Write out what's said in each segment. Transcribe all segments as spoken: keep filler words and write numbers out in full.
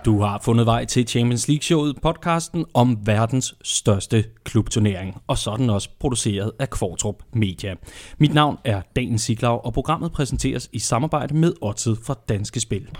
Du har fundet vej til Champions League-showet, podcasten om verdens største klubturnering, og så er den også produceret af Kvartrup Media. Mit navn er Daniel Siglau, og programmet præsenteres i samarbejde med Oddset fra Danske Spil.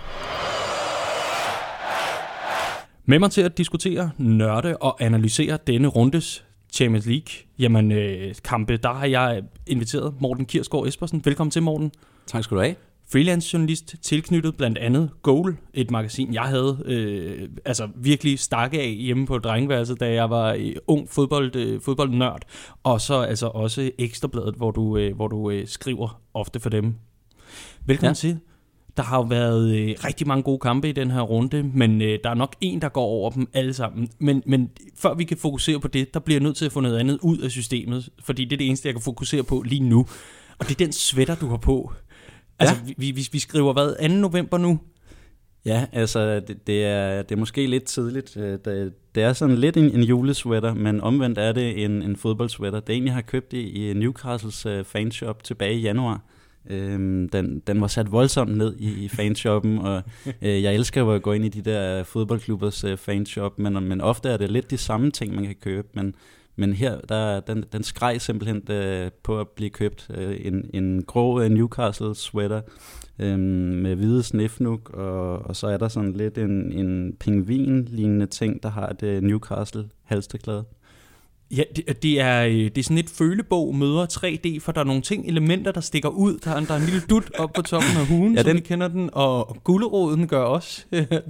Med mig til at diskutere, nørde og analysere denne rundes Champions League, jamen øh, kampe, der har jeg inviteret Morten Kirsgaard Espersen. Velkommen til, Morten. Tak skal du have. Freelance journalist, tilknyttet blandt andet Goal, et magasin, jeg havde øh, altså virkelig stakke af hjemme på drengeværelset, da jeg var øh, ung fodbold, øh, fodboldnørd, og så altså også Ekstrabladet, hvor du, øh, hvor du øh, skriver ofte for dem. Velkommen ja. til. Der har jo været øh, rigtig mange gode kampe i den her runde, men øh, der er nok en, der går over dem alle sammen. Men, men før vi kan fokusere på det, der bliver jeg nødt til at få noget andet ud af systemet, fordi det er det eneste, jeg kan fokusere på lige nu. Og det er den sweater, du har på. Altså, ja. vi, vi, vi skriver hvad? anden november nu? Ja, altså, det, det, er, det er måske lidt tidligt. Det, det er sådan lidt en, en julesweater, men omvendt er det en, en fodboldsweater. Det er en, jeg har købt i, i Newcastles uh, fanshop tilbage i januar. Øhm, den, den var sat voldsomt ned i, i fanshoppen, og øh, jeg elsker jo at gå ind i de der fodboldklubbers uh, fanshop, men, men ofte er det lidt de samme ting, man kan købe, men Men her, der, den, den skreg simpelthen øh, på at blive købt. Øh, en, en grå øh, Newcastle sweater øh, med hvide snifnuk, og, og så er der sådan lidt en, en pingvin-lignende ting, der har et øh, Newcastle halstørklæde. Ja, det, det, er, det er sådan et følebog møder tre D, for der er nogle ting, elementer, der stikker ud. Der er, der er en lille dut op på toppen af hugen, ja, som den, vi kender den, og guleroden gør også.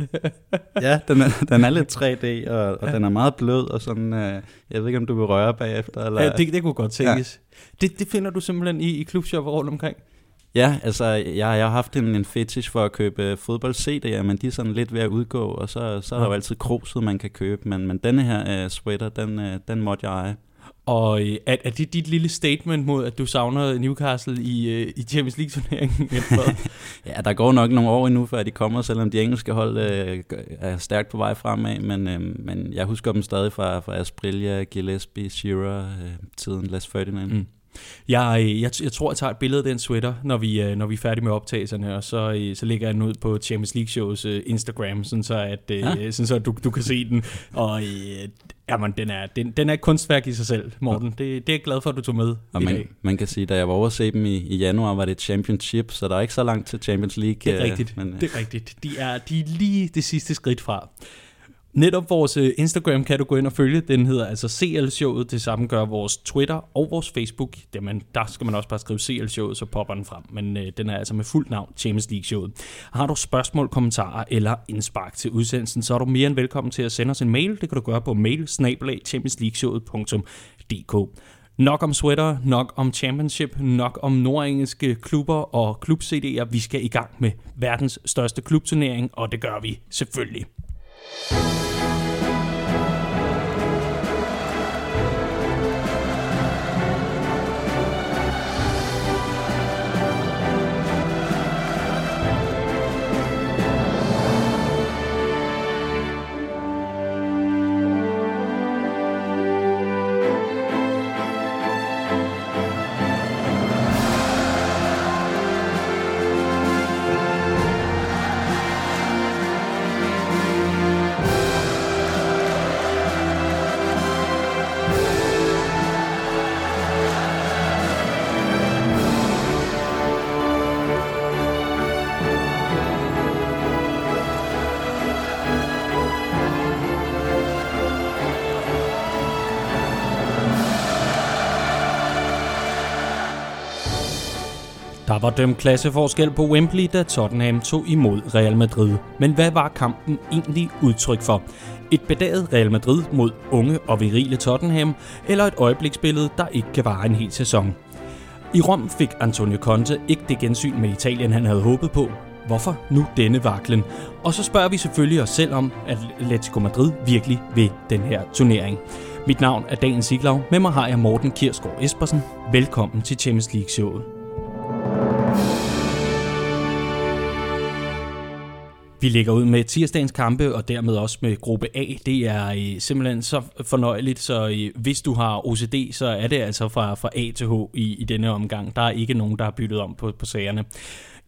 Ja, den er, den er lidt tre D, og, og ja. den er meget blød, og sådan, øh, jeg ved ikke, om du vil røre bagefter. Eller? Ja, det, det kunne godt tænkes. Ja. Det, det finder du simpelthen i, i klubshopper rundt omkring? Ja, altså jeg, jeg har haft en, en fetish for at købe fodbold-C D'er, men de er sådan lidt ved at udgå, og så, så er der jo altid kruset, man kan købe, men, men denne her uh, sweater, den, uh, den måtte jeg eje. Og er, er det dit lille statement mod, at du savner Newcastle i, uh, i Champions League-turneringen? Ja, der går nok nogle år endnu, før de kommer, selvom de engelske hold uh, er stærkt på vej fremad, men, uh, men jeg husker dem stadig fra, fra Asprilla, Gillespie, Shearer, uh, tiden Las Ferdinand. Mm. Jeg, jeg, jeg tror, jeg tager et billede af den sweater, når vi, når vi er færdige med optagelserne, og så, så lægger jeg den ud på Champions League Shows Instagram, sådan så, at, ja. sådan så at du, du kan se den. Og jamen, den, er, den, den er et kunstværk i sig selv, Morten. Ja. Det, det er jeg glad for, at du tog med og i man, dag. Man kan sige, da jeg var over at se dem i, i januar, var det et championship, så der er ikke så langt til Champions League. Det er rigtigt, men, det er rigtigt. De er, de er lige det sidste skridt fra. Netop vores Instagram kan du gå ind og følge. Den hedder altså C L-showet. Det samme gør vores Twitter og vores Facebook. Jamen, der skal man også bare skrive C L-showet, så popper den frem. Men øh, den er altså med fuldt navn Champions League-showet. Har du spørgsmål, kommentarer eller indspark til udsendelsen, så er du mere end velkommen til at sende os en mail. Det kan du gøre på mail snabel-a championsleagueshowet punktum d k. Nok om sweater, nok om championship, nok om nordengelske klubber og klub-C D'er. Vi skal i gang med verdens største klubturnering, og det gør vi selvfølgelig. Der var dømt klasseforskel på Wembley, da Tottenham tog imod Real Madrid. Men hvad var kampen egentlig udtryk for? Et bedaget Real Madrid mod unge og virile Tottenham, eller et øjebliksbillede, der ikke kan vare en hel sæson? I Rom fik Antonio Conte ikke det gensyn med Italien, han havde håbet på. Hvorfor nu denne vaklen? Og så spørger vi selvfølgelig os selv om, at Atletico Madrid virkelig vil den her turnering. Mit navn er Daniel Siglau. Med mig har jeg Morten Kirsgaard Espersen. Velkommen til Champions League-showet. Vi lægger ud med tirsdagens kampe, og dermed også med gruppe A. Det er øh, simpelthen så fornøjeligt, så øh, hvis du har O C D, så er det altså fra, fra A til H i, i denne omgang. Der er ikke nogen, der har byttet om på, på sagerne.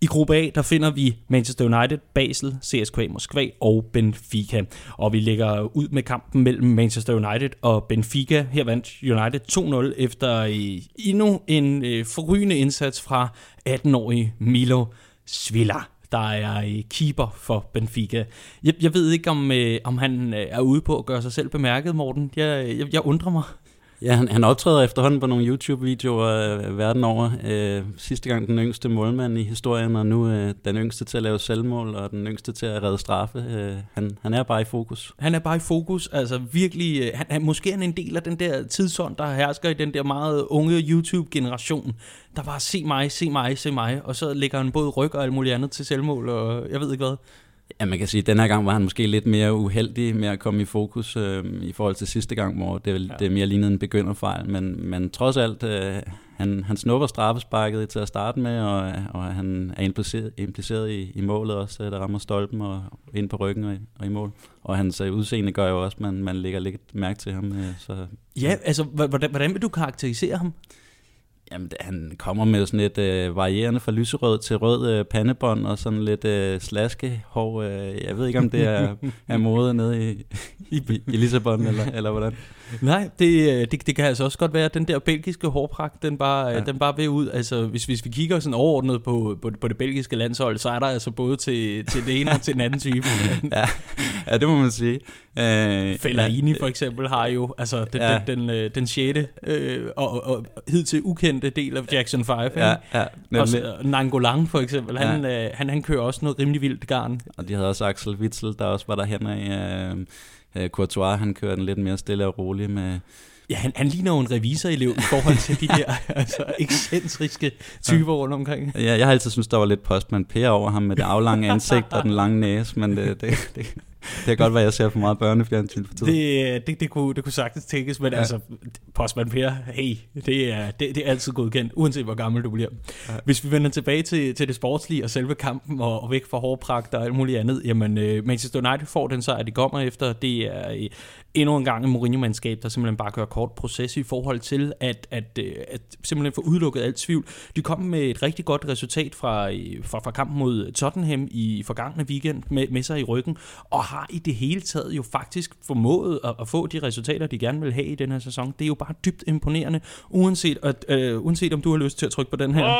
I gruppe A, der finder vi Manchester United, Basel, C S K A Moskva og Benfica. Og vi lægger ud med kampen mellem Manchester United og Benfica. Her vandt United to nul efter endnu en forrygende indsats fra attenårige Milo Svila, der er keeper for Benfica. Jeg, jeg ved ikke, om, om han er ude på at gøre sig selv bemærket, Morten. Jeg, jeg, jeg undrer mig. Ja, han, han optræder efterhånden på nogle YouTube-videoer øh, verden over. Øh, sidste gang den yngste målmand i historien, og nu øh, den yngste til at lave selvmål, og den yngste til at redde straffe. Øh, han, han er bare i fokus. Han er bare i fokus, altså virkelig. Øh, han, han, måske er han en del af den der tidsånd, der hersker i den der meget unge YouTube-generation. Der bare, se mig, se mig, se mig, og så lægger han både ryg og alt muligt andet til selvmål, og jeg ved ikke hvad. Ja, man kan sige, at den her gang var han måske lidt mere uheldig med at komme i fokus øh, i forhold til sidste gang, hvor det, ja. det mere lignede en begynderfejl. Men, men trods alt, øh, han, han snupper straffesparket til at starte med, og, og han er impliceret, impliceret i, i målet også, der rammer stolpen og ind på ryggen og, og i mål. Og hans øh, udseende gør jo også, at man, man lægger lidt mærke til ham. Øh, så, ja, altså, hvordan, hvordan vil du karakterisere ham? Jamen, han kommer med sådan lidt øh, varierende fra lyserød til rød øh, pandebånd og sådan lidt øh, slaskehår. Øh, jeg ved ikke, om det er, er mode nede i, i, i Lissabon, eller, eller hvordan. Nej, det, det, det kan altså også godt være, at den der belgiske hårpragt, den bare, ja. den bare vil ud. Altså, hvis, hvis vi kigger sådan overordnet på, på, på det belgiske landshold, så er der altså både til, til det ene og til den anden type. ja. ja, det må man sige. Øh, Fellaini for eksempel har jo altså den, ja. den, den, den sjette øh, og, og hidtil ukendte del af Jackson fem. Ja, ja, også Nangolan for eksempel, han, ja. øh, han, han kører også noget rimelig vildt garn. Og de havde også Axel Witsel, der også var der hen af øh, Courtois, han kører den lidt mere stille og rolig med... Ja, han, han ligner jo en revisorelev i forhold til de der altså, ekscentriske typer ja. rundt omkring. Ja, jeg har altid syntes, der var lidt Postman Per over ham med det aflange ansigt og den lange næse, men det, det, det, det kan godt være, jeg ser for meget børnefjernsyn for tiden. Det, det, det, kunne, det kunne sagtens tænkes, men ja. altså, Postman Per, hey, det er, det, det er altid godkendt, uanset hvor gammel du bliver. Ja. Hvis vi vender tilbage til, til det sportslige og selve kampen og, og væk fra hårpragt og alt muligt andet, jamen uh, Manchester United får den sejr, de kommer efter. Det er uh, endnu en gang en Mourinho-mandskab, der simpelthen bare kører kort proces i forhold til at, at, uh, at simpelthen få udelukket alt tvivl. De kom med et rigtig godt resultat fra, fra, fra kampen mod Tottenham i forgangne weekend med, med sig i ryggen, og har i det hele taget jo faktisk formået at, at få de resultater, de gerne vil have i den her sæson. Det er jo bare dybt imponerende, uanset, at, øh, uanset om du har lyst til at trykke på den her.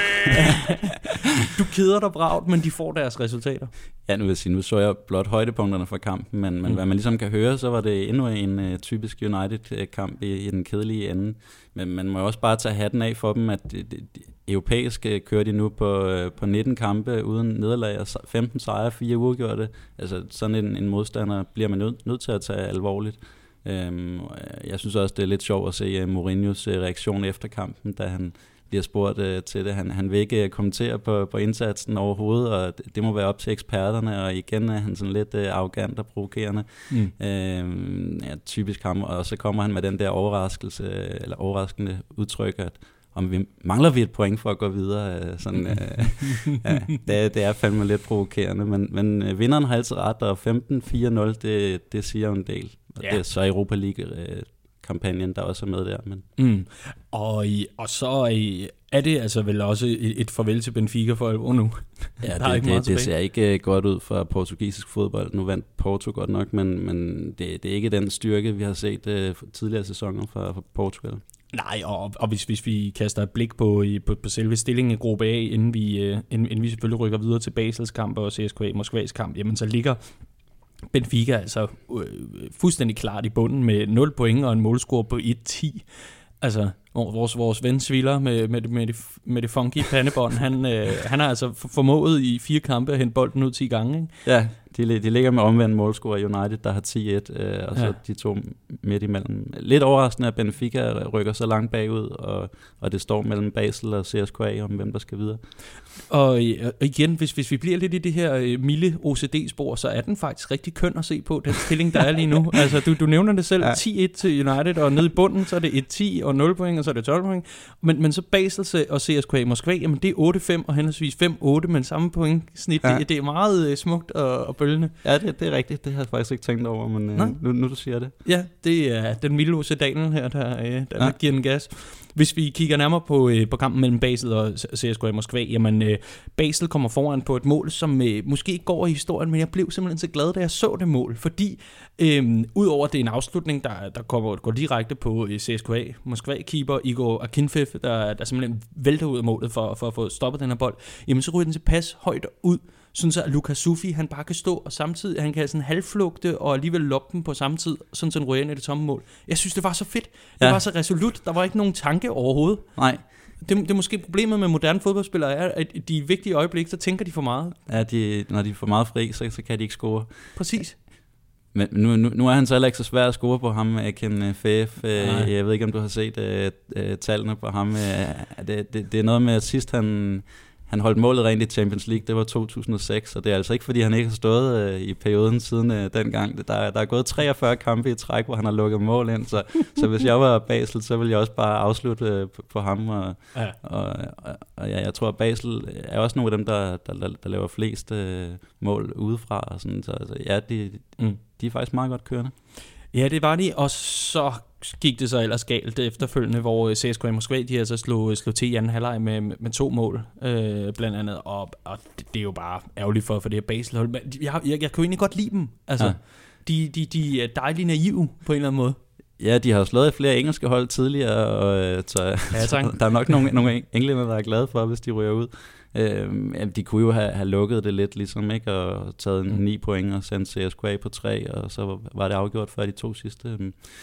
Du keder dig bragt, men de får deres resultater. Ja, nu vil jeg sige, nu så jeg blot højdepunkterne fra kampen, men, men mm. hvad man ligesom kan høre, så var det endnu en uh, typisk United-kamp i, i den kedelige ende. Men man må også bare tage hatten af for dem, at de, de, de europæisk kører de nu på, uh, på nitten kampe uden nederlag og femten sejre, fire uafgjorte. Altså sådan en, en modstander bliver man nødt, nødt til at tage alvorligt. Um, jeg synes også, det er lidt sjovt at se uh, Mourinhos uh, reaktion efter kampen, da han bliver spurgt uh, til det. Han, han vil ikke uh, kommentere på, på indsatsen overhovedet, og det, det må være op til eksperterne, og igen er han sådan lidt uh, arrogant og provokerende. Mm. Uh, ja, typisk ham, og så kommer han med den der overraskelse, eller overraskende udtryk, at om vi mangler vi et point for at gå videre. Uh, sådan, uh, ja, det, det er fandme lidt provokerende, men, men uh, vinderen har altid ret, og femten fire nul, det, det siger jo en del. Og ja. Det er så Europa League uh, kampagnen, der også er med der. Men. Mm. Og, og så er det altså vel også et, et farvel til Benfica for alvor nu. Ja, det, det, det ser ikke godt ud for portugisisk fodbold. Nu vandt Porto godt nok, men, men det, det er ikke den styrke, vi har set uh, tidligere sæsoner fra, fra Portugal. Nej, og, og hvis, hvis vi kaster et blik på, på, på selve stillingen i gruppe A, inden vi, uh, inden, inden vi selvfølgelig rykker videre til Basels kamp og C S K A Moskvas kamp, jamen så ligger Benfica altså øh, fuldstændig klart i bunden med nul point og en målscore på et ti. Altså, vores, vores ven Sviller med, med, med, det, med det funky pandebånd, han, øh, han har altså formået i fire kampe at hente bolden ud ti gange, ikke? Ja, de, de ligger med omvendt målscore United, der har ti et, øh, og så ja. de to midt imellem. Lidt overraskende, at Benfica rykker så langt bagud, og, og det står mellem Basel og C S K A om, hvem der skal videre. Og, og igen, hvis, hvis vi bliver lidt i det her øh, milde O C D-spor, så er den faktisk rigtig køn at se på, den stilling, der er lige nu. Altså, du, du nævner det selv, ja. ti et til United, og nede i bunden, så er det et ti og nul point, og så er det tolv point. Men, men så Basel og C S K A Moskva, jamen det er otte fem og henholdsvis fem otte, men samme point snit. Ja. Det, det er meget øh, smukt at, bølgende. Ja, det, det er rigtigt. Det har jeg faktisk ikke tænkt over, men øh, nu, nu du siger det. Ja, det er den milde O C Daniel her, der, øh, der ja. giver den gas. Hvis vi kigger nærmere på, øh, på kampen mellem Basel og C S K A Moskva, jamen øh, Basel kommer foran på et mål, som øh, måske ikke går i historien, men jeg blev simpelthen så glad, da jeg så det mål, fordi øh, udover det er en afslutning, der, der kommer, går direkte på øh, C S K A Moskva-keeper Igor Akinfeev, der, der simpelthen vælter ud af målet for, for at få stoppet den her bold, jamen så ryger den til pas højt ud, sådan så at Lukas Sufi, han bare kan stå, og samtidig, han kan sådan halvflugte, og alligevel loppe den på samme tid, sådan så den ryger ind i det tomme mål. Jeg synes, det var så fedt. Det ja. var så resolut. Der var ikke nogen tanke overhovedet. Nej. Det, det er måske problemet med moderne fodboldspillere, er, at de vigtige øjeblikke, så tænker de for meget. Ja, de, når de er for meget fri, så, så kan de ikke score. Præcis. Men nu, nu, nu er han så heller ikke så svær at score på ham, Akin Feev. Jeg ved ikke, om du har set uh, uh, tallene på ham. Uh, det, det, det er noget med, at sidst han... Han holdt målet rent i Champions League, det var to tusind og seks, og det er altså ikke, fordi han ikke har stået øh, i perioden siden øh, dengang. Der, der er gået treogfyrre kampe i træk, hvor han har lukket mål ind, så, så hvis jeg var Basel, så ville jeg også bare afslutte øh, på, på ham. Og, ja. og, og, og ja, jeg tror, at Basel er også nogle af dem, der, der, der, der laver flest øh, mål udefra. Og sådan, så altså, ja, de, mm. de er faktisk meget godt kørende. Ja, det var de, og så gik det så ellers galt efterfølgende, hvor C S K A Moskva, de altså slog, slog til i anden halvleg med, med to mål, øh, blandt andet, og, og det, det er jo bare ærgerligt for, for det her Basel-hold. Jeg, jeg, jeg kan jo egentlig godt lide dem, altså, ja. de, de, de er dejligt naive på en eller anden måde. Ja, de har jo slået flere engelske hold tidligere, og så, ja, så der er nok nogle, nogle englænder, der er glade for, hvis de ryger ud. Øh, de kunne jo have, have lukket det lidt, ligesom, ikke, og taget mm. ni point og sendt C S K A på tre, og så var det afgjort før de to sidste.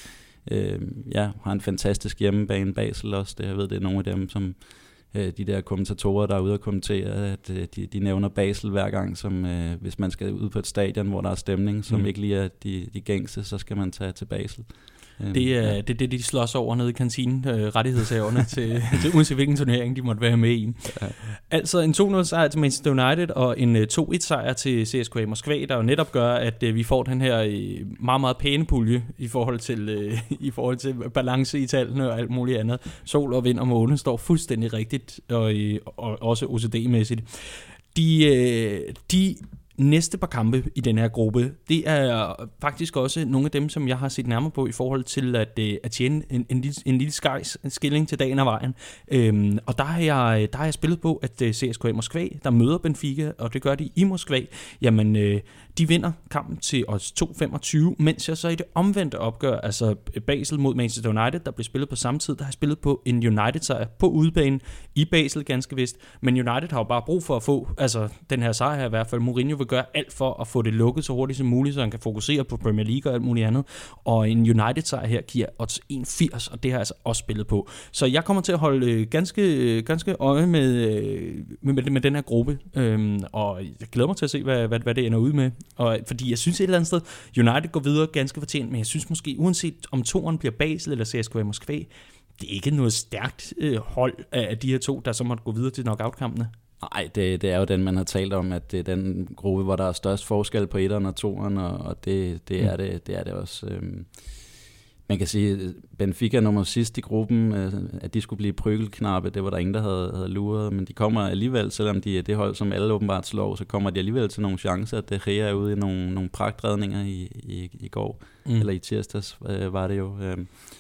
Øh, ja, har en fantastisk hjemmebane, Basel også. Det, jeg ved, det er nogle af dem, som øh, de der kommentatorer, der er ude og kommentere, at øh, de, de nævner Basel hver gang, som øh, hvis man skal ud på et stadion, hvor der er stemning, som mm. ikke lige er de, de gængse, så skal man tage til Basel. Det er ja. det, det, de slås over nede i kantinen, øh, rettighedshaverne, til, til uanset hvilken turnering, de måtte være med i. Ja. Altså en to nul sejr til Manchester United, og en to et sejr til C S K A Moskva, der jo netop gør, at øh, vi får den her øh, meget, meget pæne pulje i forhold til, øh, i forhold til balance i tallene og alt muligt andet. Sol og vind og måne står fuldstændig rigtigt, og, øh, og også O C D-mæssigt. De... Øh, de næste par kampe i den her gruppe, det er faktisk også nogle af dem, som jeg har set nærmere på i forhold til at, at tjene en, en, en, en lille skilling til dagen af vejen. Øhm, og der har, jeg, der har jeg spillet på, at C S K A Moskva, der møder Benfica, og det gør de i Moskva, jamen øh, de vinder kampen til odds to komma femogtyve, mens jeg så i det omvendte opgør, altså Basel mod Manchester United, der blev spillet på samme tid, der har jeg spillet på en United-sejr på udebane i Basel, ganske vist. Men United har jo bare brug for at få altså, den her sejr her i hvert fald. Mourinho vil gøre alt for at få det lukket så hurtigt som muligt, så han kan fokusere på Premier League og alt muligt andet. Og en United-sejr her giver odds en komma firs, og det har jeg altså også spillet på. Så jeg kommer til at holde ganske, ganske øje med, med, med den her gruppe, øhm, og jeg glæder mig til at se, hvad, hvad, hvad det ender ud med. Og, fordi jeg synes et eller andet sted, United går videre ganske fortjent, men jeg synes måske, uanset om toeren bliver Basel eller C S K A Moskva, det er ikke noget stærkt øh, hold af de her to, der så måtte gå videre til knockout-kampene. Nej, det, det er jo den, man har talt om, at det er den gruppe, hvor der er størst forskel på etteren og toeren, og, og det, det, er mm. det, det er det også. Øhm, man kan sige, Benfica nummer sidst i gruppen, øh, at de skulle blive prügelknappe, det var der ingen, der havde, havde luret, men de kommer alligevel, selvom de er det hold, som alle åbenbart slår, så kommer de alligevel til nogle chancer. De Gea er ude i nogle, nogle pragtredninger i, i, i går, mm. eller i tirsdags øh, var det jo. Øh,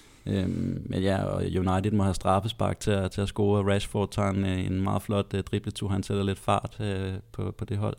Øhm, men ja, og United må have straffespark til at, til at score. Rashford tager en, en meget flot uh, dribletur, han sætter lidt fart uh, på, på det hold.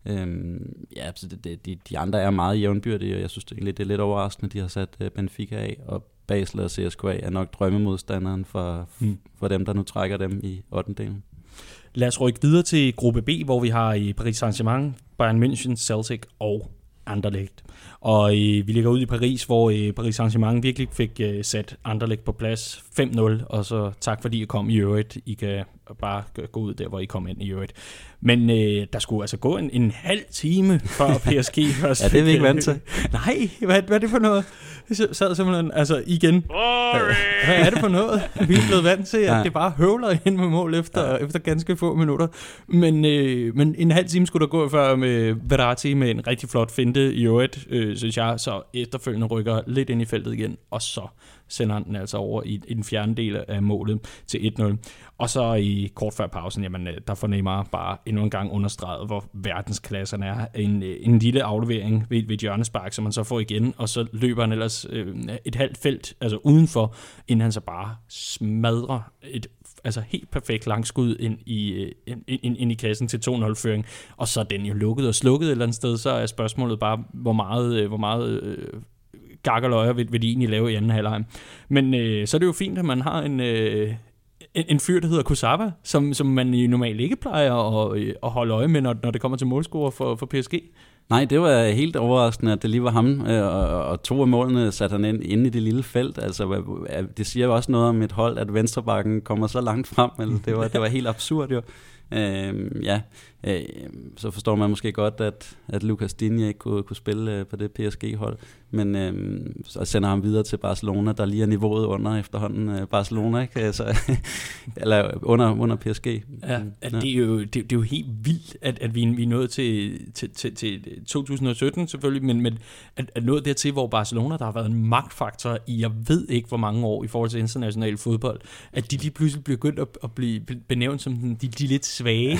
Øhm, ja, så det, det, de, de andre er meget jævnbyrdige, og jeg synes det, egentlig, det er lidt overraskende, de har sat uh, Benfica af, og Basel og C S K A er nok drømmemodstanderen for, mm. for dem, der nu trækker dem i ottendedelen. Lad os rykke videre til gruppe B, hvor vi har i Paris Saint-Germain, Bayern München, Celtic og Anderlecht. Og øh, vi ligger ud i Paris, hvor øh, Paris Saint-Germain virkelig fik øh, sat Anderlecht på plads fem nul, og så tak fordi I kom i øvrigt. I kan bare gå ud der, hvor I kom ind i øvrigt. Men øh, der skulle altså gå en, en halv time før P S G først. Ja, det er vi ikke vant til. Nej, hvad, hvad er det for noget? Jeg sad simpelthen, altså igen. Hvad, hvad er det for noget? Vi er blevet vant til, at ja. det bare høvler ind med mål efter, ja. efter ganske få minutter. Men, øh, men en halv time skulle der gå før med Verratti med en rigtig flot finte i øvrigt, øh, synes jeg. Så efterfølgende rykker lidt ind i feltet igen, og så sender han den altså over i, i den fjerde del af målet til et nul. Og så i kort før pausen, jamen, der får Neymar bare endnu en gang understreget, hvor verdensklassen er. En, en lille aflevering ved, ved et hjørnespark, som man så får igen, og så løber han ellers øh, et halvt felt, altså udenfor, inden han så bare smadrer et altså helt perfekt langskud ind i, ind, ind, ind i kassen til to nul-føring, og så er den jo lukket og slukket et eller andet sted, så er spørgsmålet bare, hvor meget, hvor meget øh, gakkerløjer vil, vil de egentlig lave i anden halvleg. Men øh, så er det jo fint, at man har en, øh, en, en fyr, der hedder Kurzawa, som, som man normalt ikke plejer at, at holde øje med, når, når det kommer til målscorer for, for P S G. Nej, det var helt overraskende, at det lige var ham, og, og to af målene satte han ind inde i det lille felt. Altså, det siger jo også noget om et hold, at venstrebakken kommer så langt frem. Altså, det, var, det var helt absurd jo. Øhm, ja, øh, så forstår man måske godt, at, at Lucas Digne ikke kunne, kunne spille øh, på det P S G-hold, men øh, så sender ham videre til Barcelona, der lige er niveauet under efterhånden øh, Barcelona, ikke? Altså, eller under, under P S G. Ja, ja. Det, er jo, det, det er jo helt vildt, at, at vi, vi er nået til, til, til, til to tusind sytten selvfølgelig, men, men at, at nået dertil, hvor Barcelona, der har været en magtfaktor i, jeg ved ikke hvor mange år i forhold til international fodbold, at de lige pludselig bliver begyndt at, at blive benævnt som de, de lidt svage.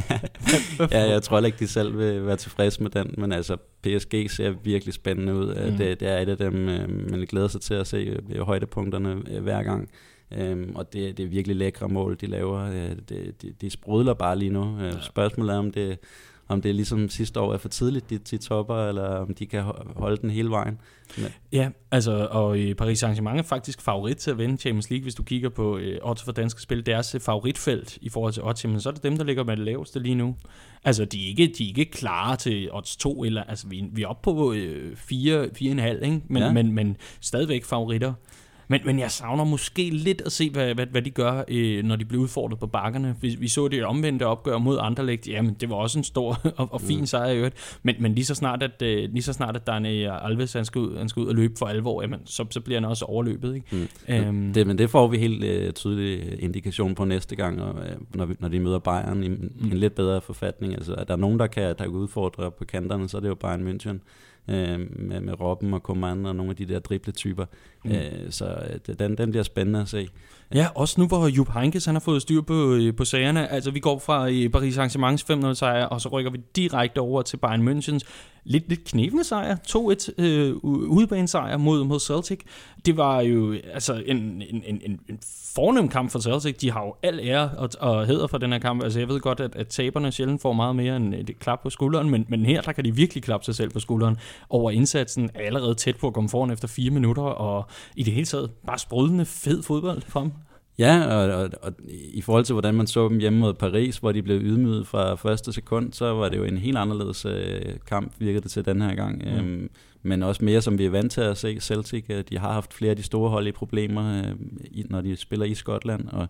Ja, jeg tror ikke, de selv vil være tilfredse med den, men altså P S G ser virkelig spændende ud. Mm. Det, det er et af dem, man glæder sig til at se højdepunkterne hver gang. Um, og det, det er virkelig lækre mål, de laver. Det, de, de sprudler bare lige nu. Ja. Spørgsmålet er, om det, om det er ligesom sidste år er for tidligt, de, de topper, eller om de kan holde den hele vejen. Men. Ja, altså, og Paris Saint-Germain er faktisk favorit til at vinde Champions League, hvis du kigger på øh, odds for danske spil. Deres favoritfelt i forhold til odds, men så er det dem, der ligger med det laveste lige nu. Altså, de er ikke, de er ikke klare til odds to, eller, altså, vi, vi er oppe på øh, fire, fire og en halv, ikke? Men, ja. men, men stadigvæk favoritter. Men, men jeg savner måske lidt at se, hvad, hvad, hvad de gør, øh, når de bliver udfordret på bakkerne. Vi, vi så det omvendte opgør mod Anderlecht. Jamen, det var også en stor og, og fin sejr i øvrigt. Men, men lige så snart, at, øh, lige så snart, at Dani Alves han skal, ud, han skal ud og løbe for alvor, jamen, så, så bliver han også overløbet. Ikke? Mm. Øhm. Det, men det får vi helt øh, tydelig indikation på næste gang, og, øh, når, vi, når de møder Bayern i en, mm. en lidt bedre forfatning. Altså, at der er nogen, der kan, der kan udfordre på kanterne, så er det jo Bayern München. Med, med Robben og Coman og nogle af de der dribletyper. Mm. Øh, så den, den bliver spændende at se. Ja, også nu hvor Jupp Heynckes han har fået styr på, på sagerne. Altså vi går fra Paris Saint-Germains fem nul sejr, og så rykker vi direkte over til Bayern Münchens lidt, lidt knebende sejr. to et øh, udebanesejr mod, mod Celtic. Det var jo altså en, en, en, en fornem kamp for Celtic. De har jo al ære og, og hæder for den her kamp. Altså jeg ved godt, at, at taberne sjældent får meget mere end et klap på skulderen, men, men her der kan de virkelig klappe sig selv på skulderen over indsatsen. Er allerede tæt på at komme foran efter fire minutter, og i det hele taget bare sprudlende fed fodbold frem. Ja, og, og, og i forhold til, hvordan man så dem hjemme mod Paris, hvor de blev ydmyget fra første sekund, så var det jo en helt anderledes øh, kamp, virkede det til den her gang. Mm. Øhm, men også mere, som vi er vant til at se Celtic. De har haft flere af de store hold i problemer, øh, når de spiller i Skotland. Og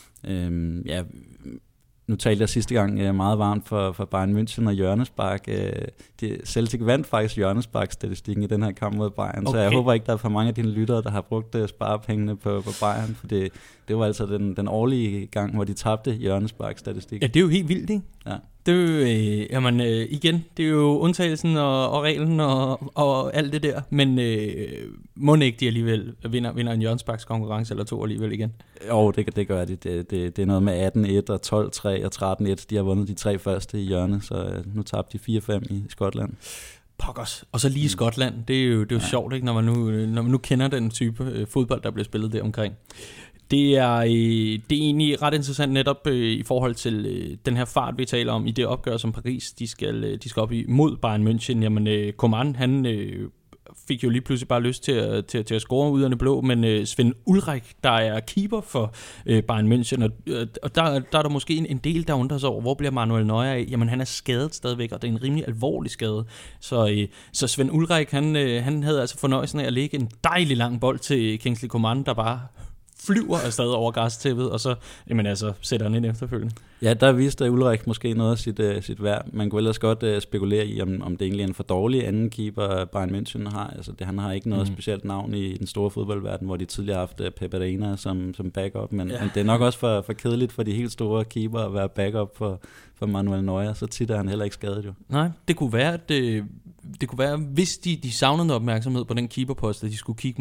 øh, ja... Nu talte jeg sidste gang meget varmt for, for Bayern München og hjørnespark. Celtic vandt faktisk hjørnespark-statistikken i den her kamp mod Bayern, okay. Så jeg håber ikke, der er for mange af dine lyttere, der har brugt sparepengene på, på Bayern, for det, det var altså den, den årlige gang, hvor de tabte hjørnespark-statistikken. Ja, det er jo helt vildt, ikke? Ja. Det er jo, øh, jamen, øh, igen, det er jo undtagelsen og, og reglen og, og alt det der, men øh, må ikke de alligevel vinder, vinder en hjørnesparks konkurrence eller to alligevel igen? Jo, det, det gør de. Det, det, det er noget med atten et og tolv tre og tretten et. De har vundet de tre første i hjørne, så øh, nu tabte de fire fem i Skotland. Pokkers. Og så lige i Skotland. Det er jo, det er jo ja. sjovt, ikke, når man, nu, når man nu kender den type øh, fodbold, der bliver spillet der omkring. Det er, øh, det er egentlig ret interessant netop øh, i forhold til øh, den her fart, vi taler om i det opgør, som Paris de skal, øh, de skal op i mod Bayern München. Jamen, øh, Coman, han øh, fik jo lige pludselig bare lyst til at, til, til at score ud af det blå, men øh, Sven Ulreich, der er keeper for øh, Bayern München, og, og der, der er der måske en, en del, der undrer sig over, hvor bliver Manuel Neuer af? Jamen, han er skadet stadigvæk, og det er en rimelig alvorlig skade. Så, øh, så Sven Ulreich, han, øh, han havde altså fornøjelsen af at lægge en dejlig lang bold til Kingsley Coman, der bare flyver afsted over græstæppet, og så jamen altså, sætter han ind efterfølgende. Ja, der viste Ulreich måske noget af sit, uh, sit værd. Man kunne ellers godt uh, spekulere i, om, om det egentlig er en for dårlig anden keeper, Bayern München har. Altså, det, han har ikke noget mm. specielt navn i den store fodboldverden, hvor de tidligere har haft uh, Pep Arena som, som backup, men, ja. men det er nok også for, for kedeligt for de helt store keeper at være backup for, for Manuel Neuer, så tit er han heller ikke skadet jo. Nej, det kunne være, at det, det kunne være, hvis de, de savnede noget opmærksomhed på den keeperpost, at de skulle kigge mod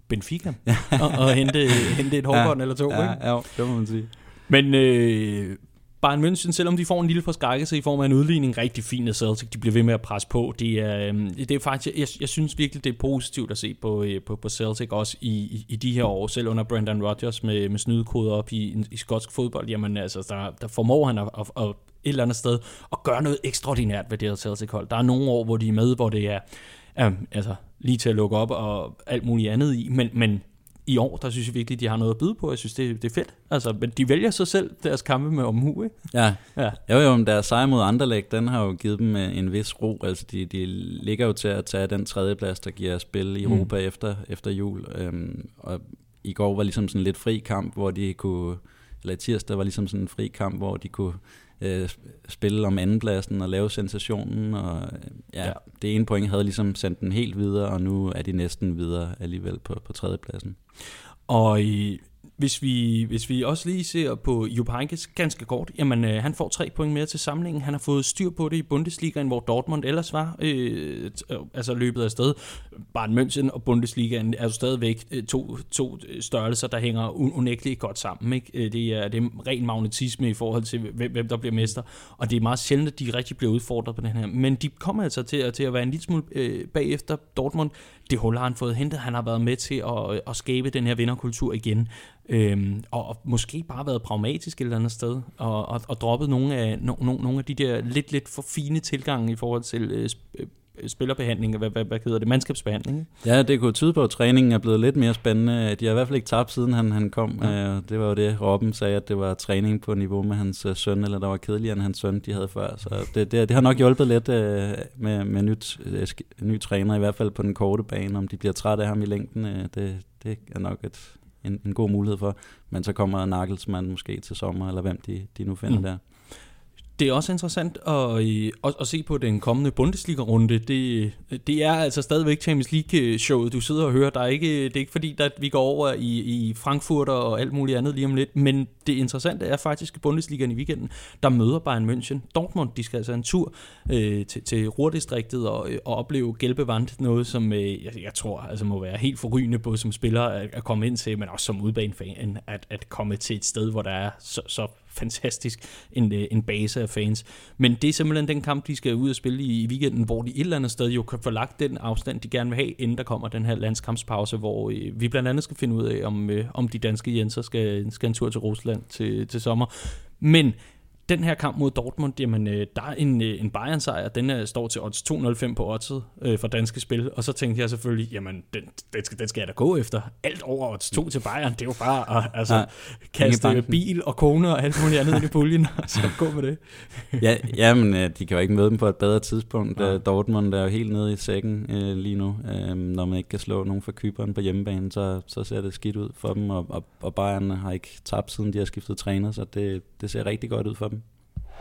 Benfica og, og hente, hente et hårdbånd ja, eller to. Ja, ikke? ja, det må man sige. Men øh, Bayern München, selvom de får en lille forskrækkelse i form af en udligning, rigtig fint af Celtic, de bliver ved med at presse på. Det er, det er faktisk, jeg, jeg synes virkelig, det er positivt at se på, på, på Celtic, også i, i, i de her år, selv under Brendan Rodgers med, med snydekoder op i, i skotsk fodbold. Jamen altså, der, der formår han at, at, at et eller andet sted at gøre noget ekstraordinært ved det her Celtic-hold. Der er nogle år, hvor de er med, hvor det er øh, altså, lige til at lukke op og alt muligt andet i, men, men i år, der synes jeg virkelig, de har noget at byde på. Jeg synes, det, det er fedt. Altså, men de vælger sig selv deres kampe med omhu, ikke? Ja, ja. Jo jo, men deres sejr mod Anderlecht, den har jo givet dem en vis ro. Altså, de, de ligger jo til at tage den tredje plads, der giver spil i Europa mm. efter, efter jul. Øhm, og i går var ligesom sådan en lidt fri kamp, hvor de kunne, eller i tirsdag var ligesom sådan en fri kamp, hvor de kunne øh, spille om andenpladsen og lave sensationen. Og ja, ja, det ene point havde ligesom sendt den helt videre, og nu er de næsten videre alligevel på, på tredjepladsen. Og i, hvis, vi, hvis vi også lige ser på Jupp Heynckes ganske kort, jamen øh, han får tre point mere til samlingen. Han har fået styr på det i Bundesligaen, hvor Dortmund ellers var øh, altså løbet af sted. Bayern München og Bundesligaen er jo stadigvæk øh, to, to størrelser, der hænger unægteligt godt sammen. Ikke? Det, er, det er ren magnetisme i forhold til, hvem, hvem der bliver mester. Og det er meget sjældent, at de rigtig bliver udfordret på den her. Men de kommer altså til, til at være en lille smule øh, bagefter Dortmund. Det hul har han fået hentet. Han har været med til at, at skabe den her vinderkultur igen. Øhm, og, og måske bare været pragmatisk et eller andet sted, og, og, og droppet nogle af, no, no, nogle af de der lidt, lidt for fine tilgange i forhold til øh, spillerbehandling, hvad, hvad, hvad hedder det, mandskabsbehandling. Ikke? Ja, det kunne tyde på, at træningen er blevet lidt mere spændende. De har i hvert fald ikke tabt, siden han, han kom. Ja. Det var jo det, Robben sagde, at det var træning på niveau med hans søn, eller der var kedeligere end hans søn, de havde før. Så det, det, det har nok hjulpet lidt med, med nyt, ny træner, i hvert fald på den korte bane. Om de bliver trætte af ham i længden, det, det er nok et, en, en god mulighed for. Men så kommer Nagelsmann måske til sommer, eller hvem de, de nu finder mm. der. Det er også interessant at, at, at se på den kommende Bundesliga-runde. Det, det er altså stadigvæk Champions League-showet, du sidder og hører. Der er ikke, det er ikke fordi, at vi går over i, i Frankfurt og alt muligt andet lige om lidt, men det interessante er faktisk i Bundesligaen i weekenden, der møder Bayern München. Dortmund, de skal altså en tur øh, til, til Ruhrdistriktet og, og opleve Gelbewand, noget som øh, jeg, jeg tror altså må være helt forrygende, både som spiller at, at komme ind til, men også som udbanefan, at, at komme til et sted, hvor der er så, så fantastisk en, en base af fans. Men det er simpelthen den kamp, de skal ud og spille i, i weekenden, hvor de et eller andet sted jo kan få lagt den afstand, de gerne vil have, inden der kommer den her landskampspause, hvor øh, vi blandt andet skal finde ud af, om, øh, om de danske Jenser skal, skal en tur til Rusland til, til sommer. Men den her kamp mod Dortmund, jamen, øh, der er en, øh, en Bayern-sejr, den øh, står til odds to komma nul fem på oddset øh, for danske spil, og så tænkte jeg selvfølgelig, jamen, den, den, skal, den skal jeg da gå efter. Alt over odds to til Bayern, det er jo bare at altså, ja, kaste bil og kone og alt muligt andet ind i puljen, og så gå med det. ja, jamen, de kan jo ikke møde dem på et bedre tidspunkt. Ja. Dortmund er jo helt nede i sækken øh, lige nu. Øh, når man ikke kan slå nogen fra Cypern på hjemmebane, så, så ser det skidt ud for dem, og, og, og Bayern har ikke tabt, siden de har skiftet træner, så det, det ser rigtig godt ud for dem.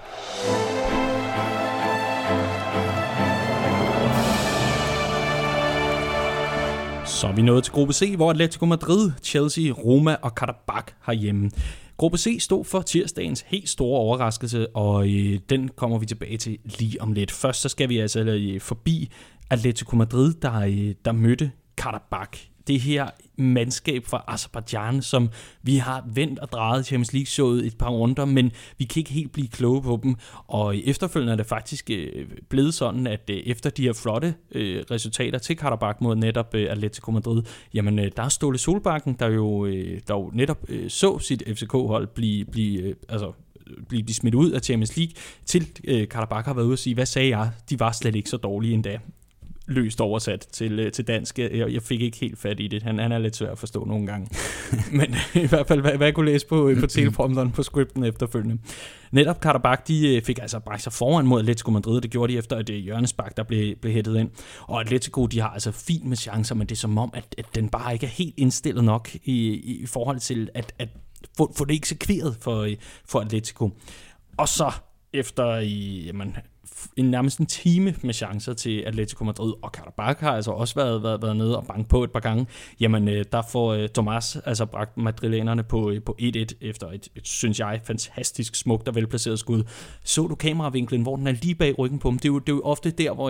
Så er vi nået til gruppe C, hvor Atletico Madrid, Chelsea, Roma og Karabakh herhjemme. Gruppe C stod for tirsdagens helt store overraskelse, og øh, den kommer vi tilbage til lige om lidt. Først så skal vi altså øh, forbi Atletico Madrid, der, øh, der mødte Karabakh. Det her mandskab fra Aserbajdsjan, som vi har vendt og drejet Champions League-showet et par runder, men vi kan ikke helt blive kloge på dem. Og efterfølgende er det faktisk øh, blevet sådan, at øh, efter de her flotte øh, resultater til Karabakh mod netop øh, Atletico Madrid, jamen øh, der er Ståle Solbakken, der jo, øh, der jo netop øh, så sit F C K-hold blive, blive øh, altså blive de smidt ud af Champions League, til øh, Karabakh har været ude og sige, hvad sagde jeg? De var slet ikke så dårlige endda. Løst oversat til, til dansk. Jeg, jeg fik ikke helt fat i det. Han, han er lidt svær at forstå nogle gange. Men i hvert fald, hvad, hvad jeg kunne læse på, på teleprompteren på scripten efterfølgende. Netop Karabakh, de fik altså bragt sig foran mod Atletico Madrid. Det gjorde de efter et hjørnespark, der blev, blev hættet ind. Og Atletico, de har altså fint med chancer, men det er som om, at, at den bare ikke er helt indstillet nok i, i forhold til at, at få, få det eksekveret for, for Atletico. Og så efter i, jamen, en nærmest en time med chancer til Atletico Madrid, og Karabakh har altså også været, været, været nede og banke på et par gange. Jamen, der får Thomas altså bragt madrilenerne på, på et et efter et, et, synes jeg, fantastisk smukt og velplaceret skud. Så du kameravinklen, hvor den er lige bag ryggen på dem? Det er jo, det er jo ofte der, hvor man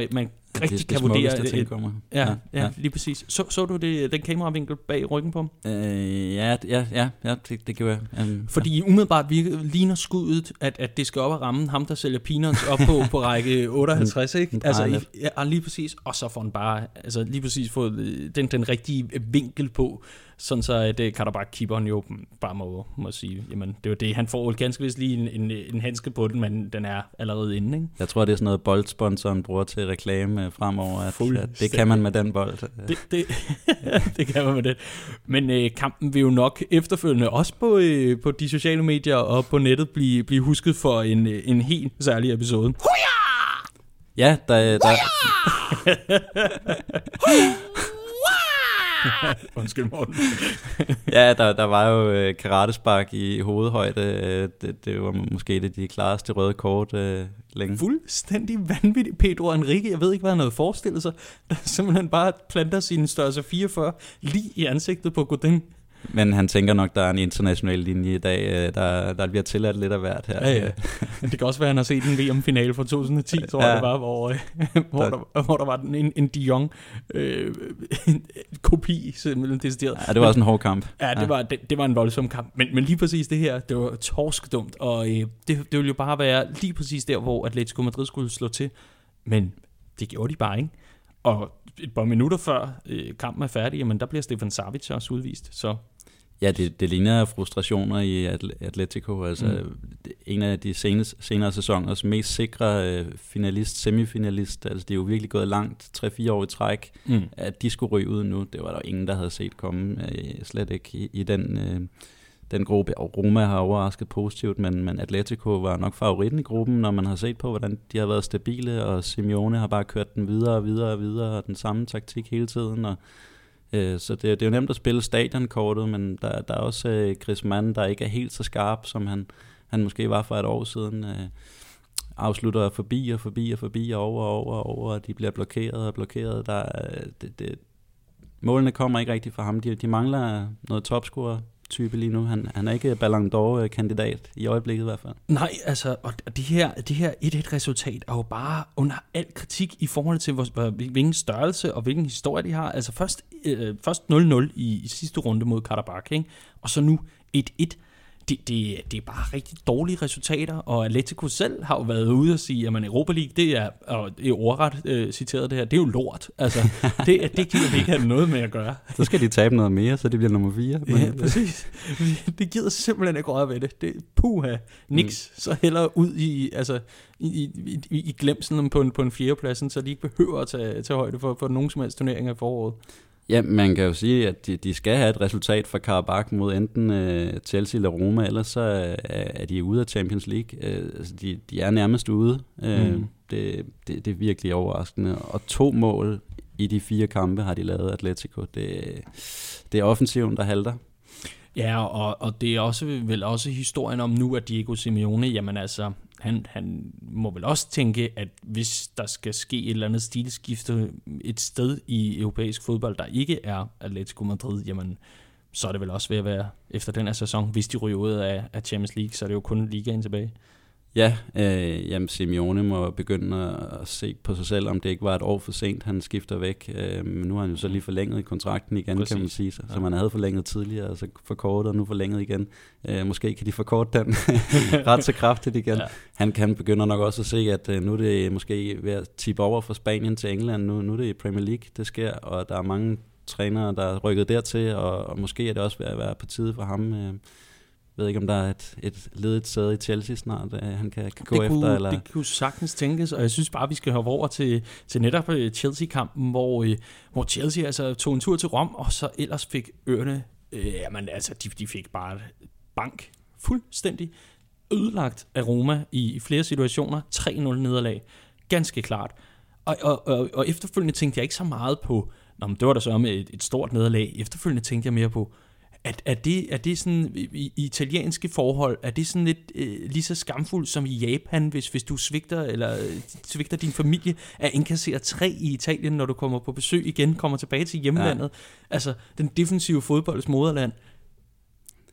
rigtig det, kan det vurdere. Det tilkommer. Ja, ja, ja, lige præcis. Så, så du det, den kameravinkel bag ryggen på ham? Øh, ja, ja, ja, ja, det, det gjorde jeg. Um, Fordi ja. umiddelbart virker, ligner skuddet, at, at det skal op og ramme ham, der sælger peanuts op på, på række otteoghalvtreds, ikke? Altså, i, ja, lige præcis. Og så får han bare, altså lige præcis fået den, den rigtige vinkel på, sådan så at uh, Karabakh-keeperen jo bare må, må sige, jamen det er jo det, han får ganske vist lige en, en, en handske på den, men den er allerede inde, ikke? Jeg tror, det er sådan noget boldsponsoren bruger til reklame fremover, at, at det kan man med den bold. Det, det, det kan man med det. Men øh, kampen vil jo nok efterfølgende også på, øh, på de sociale medier og på nettet blive, blive husket for en, en helt særlig episode. Ja, der... der Undskyld, Morten. Ja, der, der var jo øh, karatespark i hovedhøjde. Øh, det, det var måske et af de klareste røde kort øh, længe. Fuldstændig vanvittigt. Pedro Enrique, jeg ved ikke, hvad han havde forestillet sig. Der simpelthen bare planter sin størrelse fireogfyrre lige i ansigtet på Godin. Men han tænker nok, der er en international linje i dag, der, der bliver tilladt lidt af hvert her. Ja, ja. Det kan også være, at han har set en V M-finale fra to tusind og ti, tror jeg ja. det var, hvor, hvor, der, der, hvor der var en, en De Jong øh, en kopi, simpelthen decideret. Ja, det var også en hård kamp. Ja, det, ja. Var, det, det var en voldsom kamp. Men, men lige præcis det her, det var torskdumt, og øh, det, det ville jo bare være lige præcis der, hvor Atletico Madrid skulle slå til. Men det gjorde de bare ikke. Og et par minutter før øh, kampen er færdig, jamen der bliver Stefan Savic også udvist, så... Ja, det, det ligner frustrationer i Atletico. Altså, mm. en af de seneste, senere sæsoners mest sikre øh, finalist, semifinalist. Altså, de er jo virkelig gået langt, tre-fire år i træk, mm. at de skulle ryge ud nu. Det var der jo ingen, der havde set komme. Øh, slet ikke i, i den, øh, den gruppe. Og Roma har overrasket positivt, men, men Atletico var nok favoritten i gruppen, når man har set på, hvordan de har været stabile, og Simeone har bare kørt den videre og videre og videre, og den samme taktik hele tiden, og så det, det er jo nemt at spille stadionkortet, men der, der er også øh, Griezmann, der ikke er helt så skarp, som han, han måske var for et år siden. Øh, afslutter forbi og forbi og forbi og over og over og over, og de bliver blokeret og blokeret. Der, det, det, målene kommer ikke rigtig fra ham. De, de mangler noget topscorer-type lige nu. Han, han er ikke Ballon d'Or-kandidat i øjeblikket i hvert fald. Nej, altså, og det her, det her et-et-resultat er jo bare under al kritik i forhold til, hvor, hvilken størrelse og hvilken historie de har. Altså først, øh, først nul nul i, i sidste runde mod Karabakh, ikke? Og så nu et-et. Det, det, det er bare rigtig dårlige resultater, og Atletico selv har jo været ude og sige, at Europa League, det er, og det er ordret øh, citeret det her, det er jo lort. Altså, det, det gider vi ikke have noget med at gøre. Så skal de tabe noget mere, så det bliver nummer fire. Ja, præcis. Det gider simpelthen ikke røre ved det. Det er puha, niks. Mm. Så hellere ud i, altså, i, i, i, i glemsen på en, på en fjerdepladsen, så de ikke behøver at tage, tage højde for, for nogen som helst turneringer i foråret. Ja, man kan jo sige, at de, de skal have et resultat fra Karabakh mod enten uh, Chelsea eller Roma, ellers så er, er de ude af Champions League. Uh, altså de, de er nærmest ude. Uh, mm. det, det, det er virkelig overraskende. Og to mål i de fire kampe har de lavet Atletico. Det, det er offensiven, der halter. Ja, og, og det er også vel også historien om nu, at Diego Simeone, jamen altså, han, han må vel også tænke, at hvis der skal ske et eller andet stilskifte et sted i europæisk fodbold, der ikke er Atletico Madrid, jamen, så er det vel også ved at være efter den her sæson. Hvis de ryger ud af, af Champions League, så er det jo kun ligaen tilbage. Ja, øh, jamen Simeone må begynde at se på sig selv, om det ikke var et år for sent, han skifter væk. Øh, men nu har han jo så lige forlænget i kontrakten igen, Præcis. Kan man sige, så, ja. så man havde forlænget tidligere, og så forkortet, og nu forlænget igen. Øh, måske kan de forkorte den ret så kraftigt igen. Ja. Han kan begynde nok også at se, at øh, nu er det måske ved at tippe over fra Spanien til England. Nu, nu er det i Premier League, det sker, og der er mange trænere, der er rykket dertil, og, og måske er det også ved at være på tide for ham. Øh, Jeg ved ikke, om der er et, et ledigt sæde i Chelsea snart, uh, han kan, kan gå det efter. Kunne, eller? Det kunne sagtens tænkes, og jeg synes bare, vi skal hoppe over til, til netop Chelsea-kampen, hvor, uh, hvor Chelsea altså tog en tur til Rom, og så ellers fik ørerne, uh, jamen altså, de, de fik bare bank fuldstændig ødelagt af Roma i, i flere situationer. tre nul nederlag, ganske klart. Og, og, og, og efterfølgende tænkte jeg ikke så meget på, nå, men det var da så med et, et stort nederlag, efterfølgende tænkte jeg mere på, At, er, det, er det sådan, i, i italienske forhold, er det sådan lidt øh, lige så skamfuldt som i Japan, hvis, hvis du svigter, eller svigter din familie, at indkassere tre i Italien, når du kommer på besøg igen, kommer tilbage til hjemlandet? Ja. Altså, den defensive fodbolds moderland.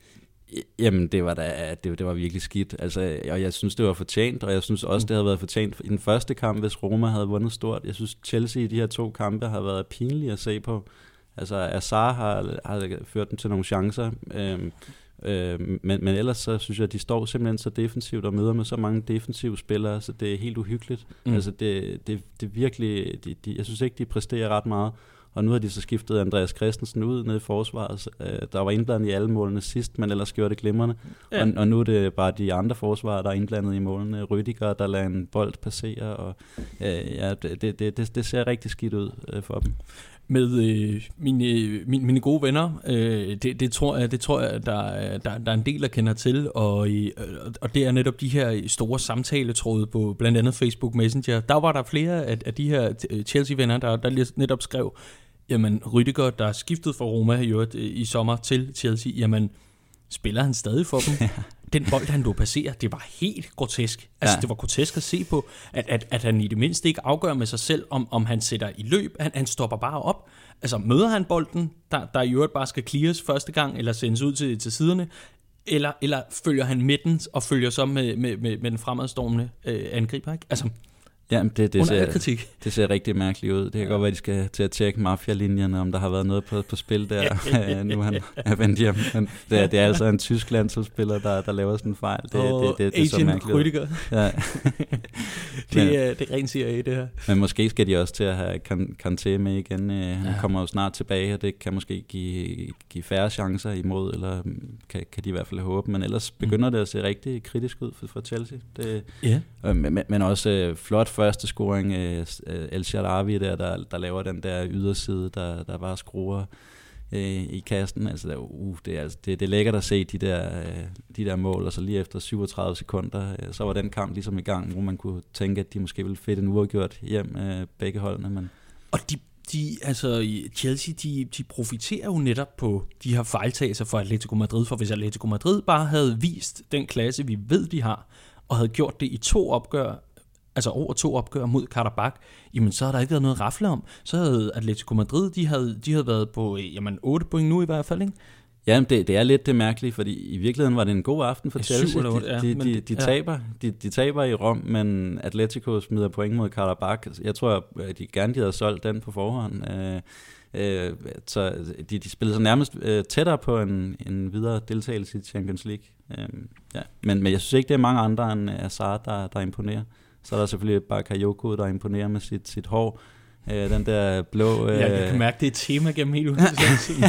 Jamen, det var da, det, det var virkelig skidt. Altså, og jeg synes, det var fortjent, og jeg synes også, det havde været fortjent i den første kamp, hvis Roma havde vundet stort. Jeg synes, Chelsea i de her to kampe har været pinlige at se på. Altså, Azar har, har ført dem til nogle chancer, øhm, øhm, men, men ellers så synes jeg, at de står simpelthen så defensivt og møder med så mange defensive spillere, så det er helt uhyggeligt. Mm. Altså, det, det, det virkelig, de, de, jeg synes ikke, de præsterer ret meget. Og nu har de så skiftet Andreas Christensen ud nede i forsvaret, der var indblandet i alle målene sidst, men ellers gjorde det glimrende. Ja. Og, og nu er det bare de andre forsvarer, der er indblandet i målene. Rüdiger, der lader en bold passere, og øh, ja, det, det, det, det ser rigtig skidt ud øh, for dem. Med øh, mine, mine, mine gode venner, øh, det, det tror jeg, det tror jeg der, der, der er en del, der kender til, og, øh, og det er netop de her store samtaletråde på blandt andet Facebook Messenger. Der var der flere af, af de her Chelsea-venner, der, der netop skrev, jamen Rüdiger, der skiftede fra Roma i, i sommer til Chelsea, jamen spiller han stadig for dem? Den bold, han lå passere, det var helt grotesk. Altså, ja. Det var grotesk at se på, at, at, at han i det mindste ikke afgør med sig selv, om, om han sætter i løb. Han, han stopper bare op. Altså, møder han bolden, der, der i øvrigt bare skal clears første gang, eller sendes ud til, til siderne, eller, eller følger han midten og følger så med, med, med, med den fremadstormende øh, angriber, ikke? Altså, Jamen, det, det, under ser, kritik. Det ser rigtig mærkeligt ud. Det kan ja. godt være, at de skal til at tjekke mafia-linjerne, om der har været noget på, på spil der. Nu han er vendt hjem. Men det, er, det er altså en tysk landsholdsspiller, der, der laver sådan en fejl. Det, og det, det, det, det er så mærkeligt. Ja. det, er, det er rent siger det her. Men måske skal de også til at have Kanté med igen. Han ja. kommer jo snart tilbage, og det kan måske give, give færre chancer imod, eller kan, kan de i hvert fald håbe. Men ellers begynder det at se rigtig kritisk ud for, for Chelsea. Det, ja. øh, men, men også øh, flot første scoring, øh, El Shaarawy der, der, der laver den der yderside, der, der bare skruer øh, i kassen. Altså, der, uh, det, er, altså det, det er lækkert at se de der, øh, de der mål, og så lige efter syvogtredive sekunder, øh, så var den kamp ligesom i gang, hvor man kunne tænke, at de måske ville fedt en uafgjort hjem, øh, begge holdene. Men og de, de, altså Chelsea, de, de profiterer jo netop på de her fejltagelser for Atletico Madrid, for hvis Atletico Madrid bare havde vist den klasse, vi ved, de har, og havde gjort det i to opgør, altså over to opgør mod Karabakh, jamen så havde der ikke været noget at rafle om. Så havde Atletico Madrid, de havde, de havde været på jamen, otte point nu i hvert fald, ikke? Ja, det, det er lidt det mærkelige, fordi i virkeligheden var det en god aften for Chelsea. De, otte, ja, de, de, de, ja. taber, de, de taber i Rom, men Atletico smider point mod Karabakh. Jeg tror, at de gerne de havde solgt den på forhånd. Øh, øh, så de, de spillede så nærmest øh, tættere på en, en videre deltagelse i Champions League. Øh, ja. men, men jeg synes ikke, det er mange andre end Azar, der, der imponerer. Så er der selvfølgelig Bakayoko, der imponerer med sit, sit hår. Øh, den der blå... Øh... Ja, jeg kan mærke, det er et tema gennem hele udsendelsen.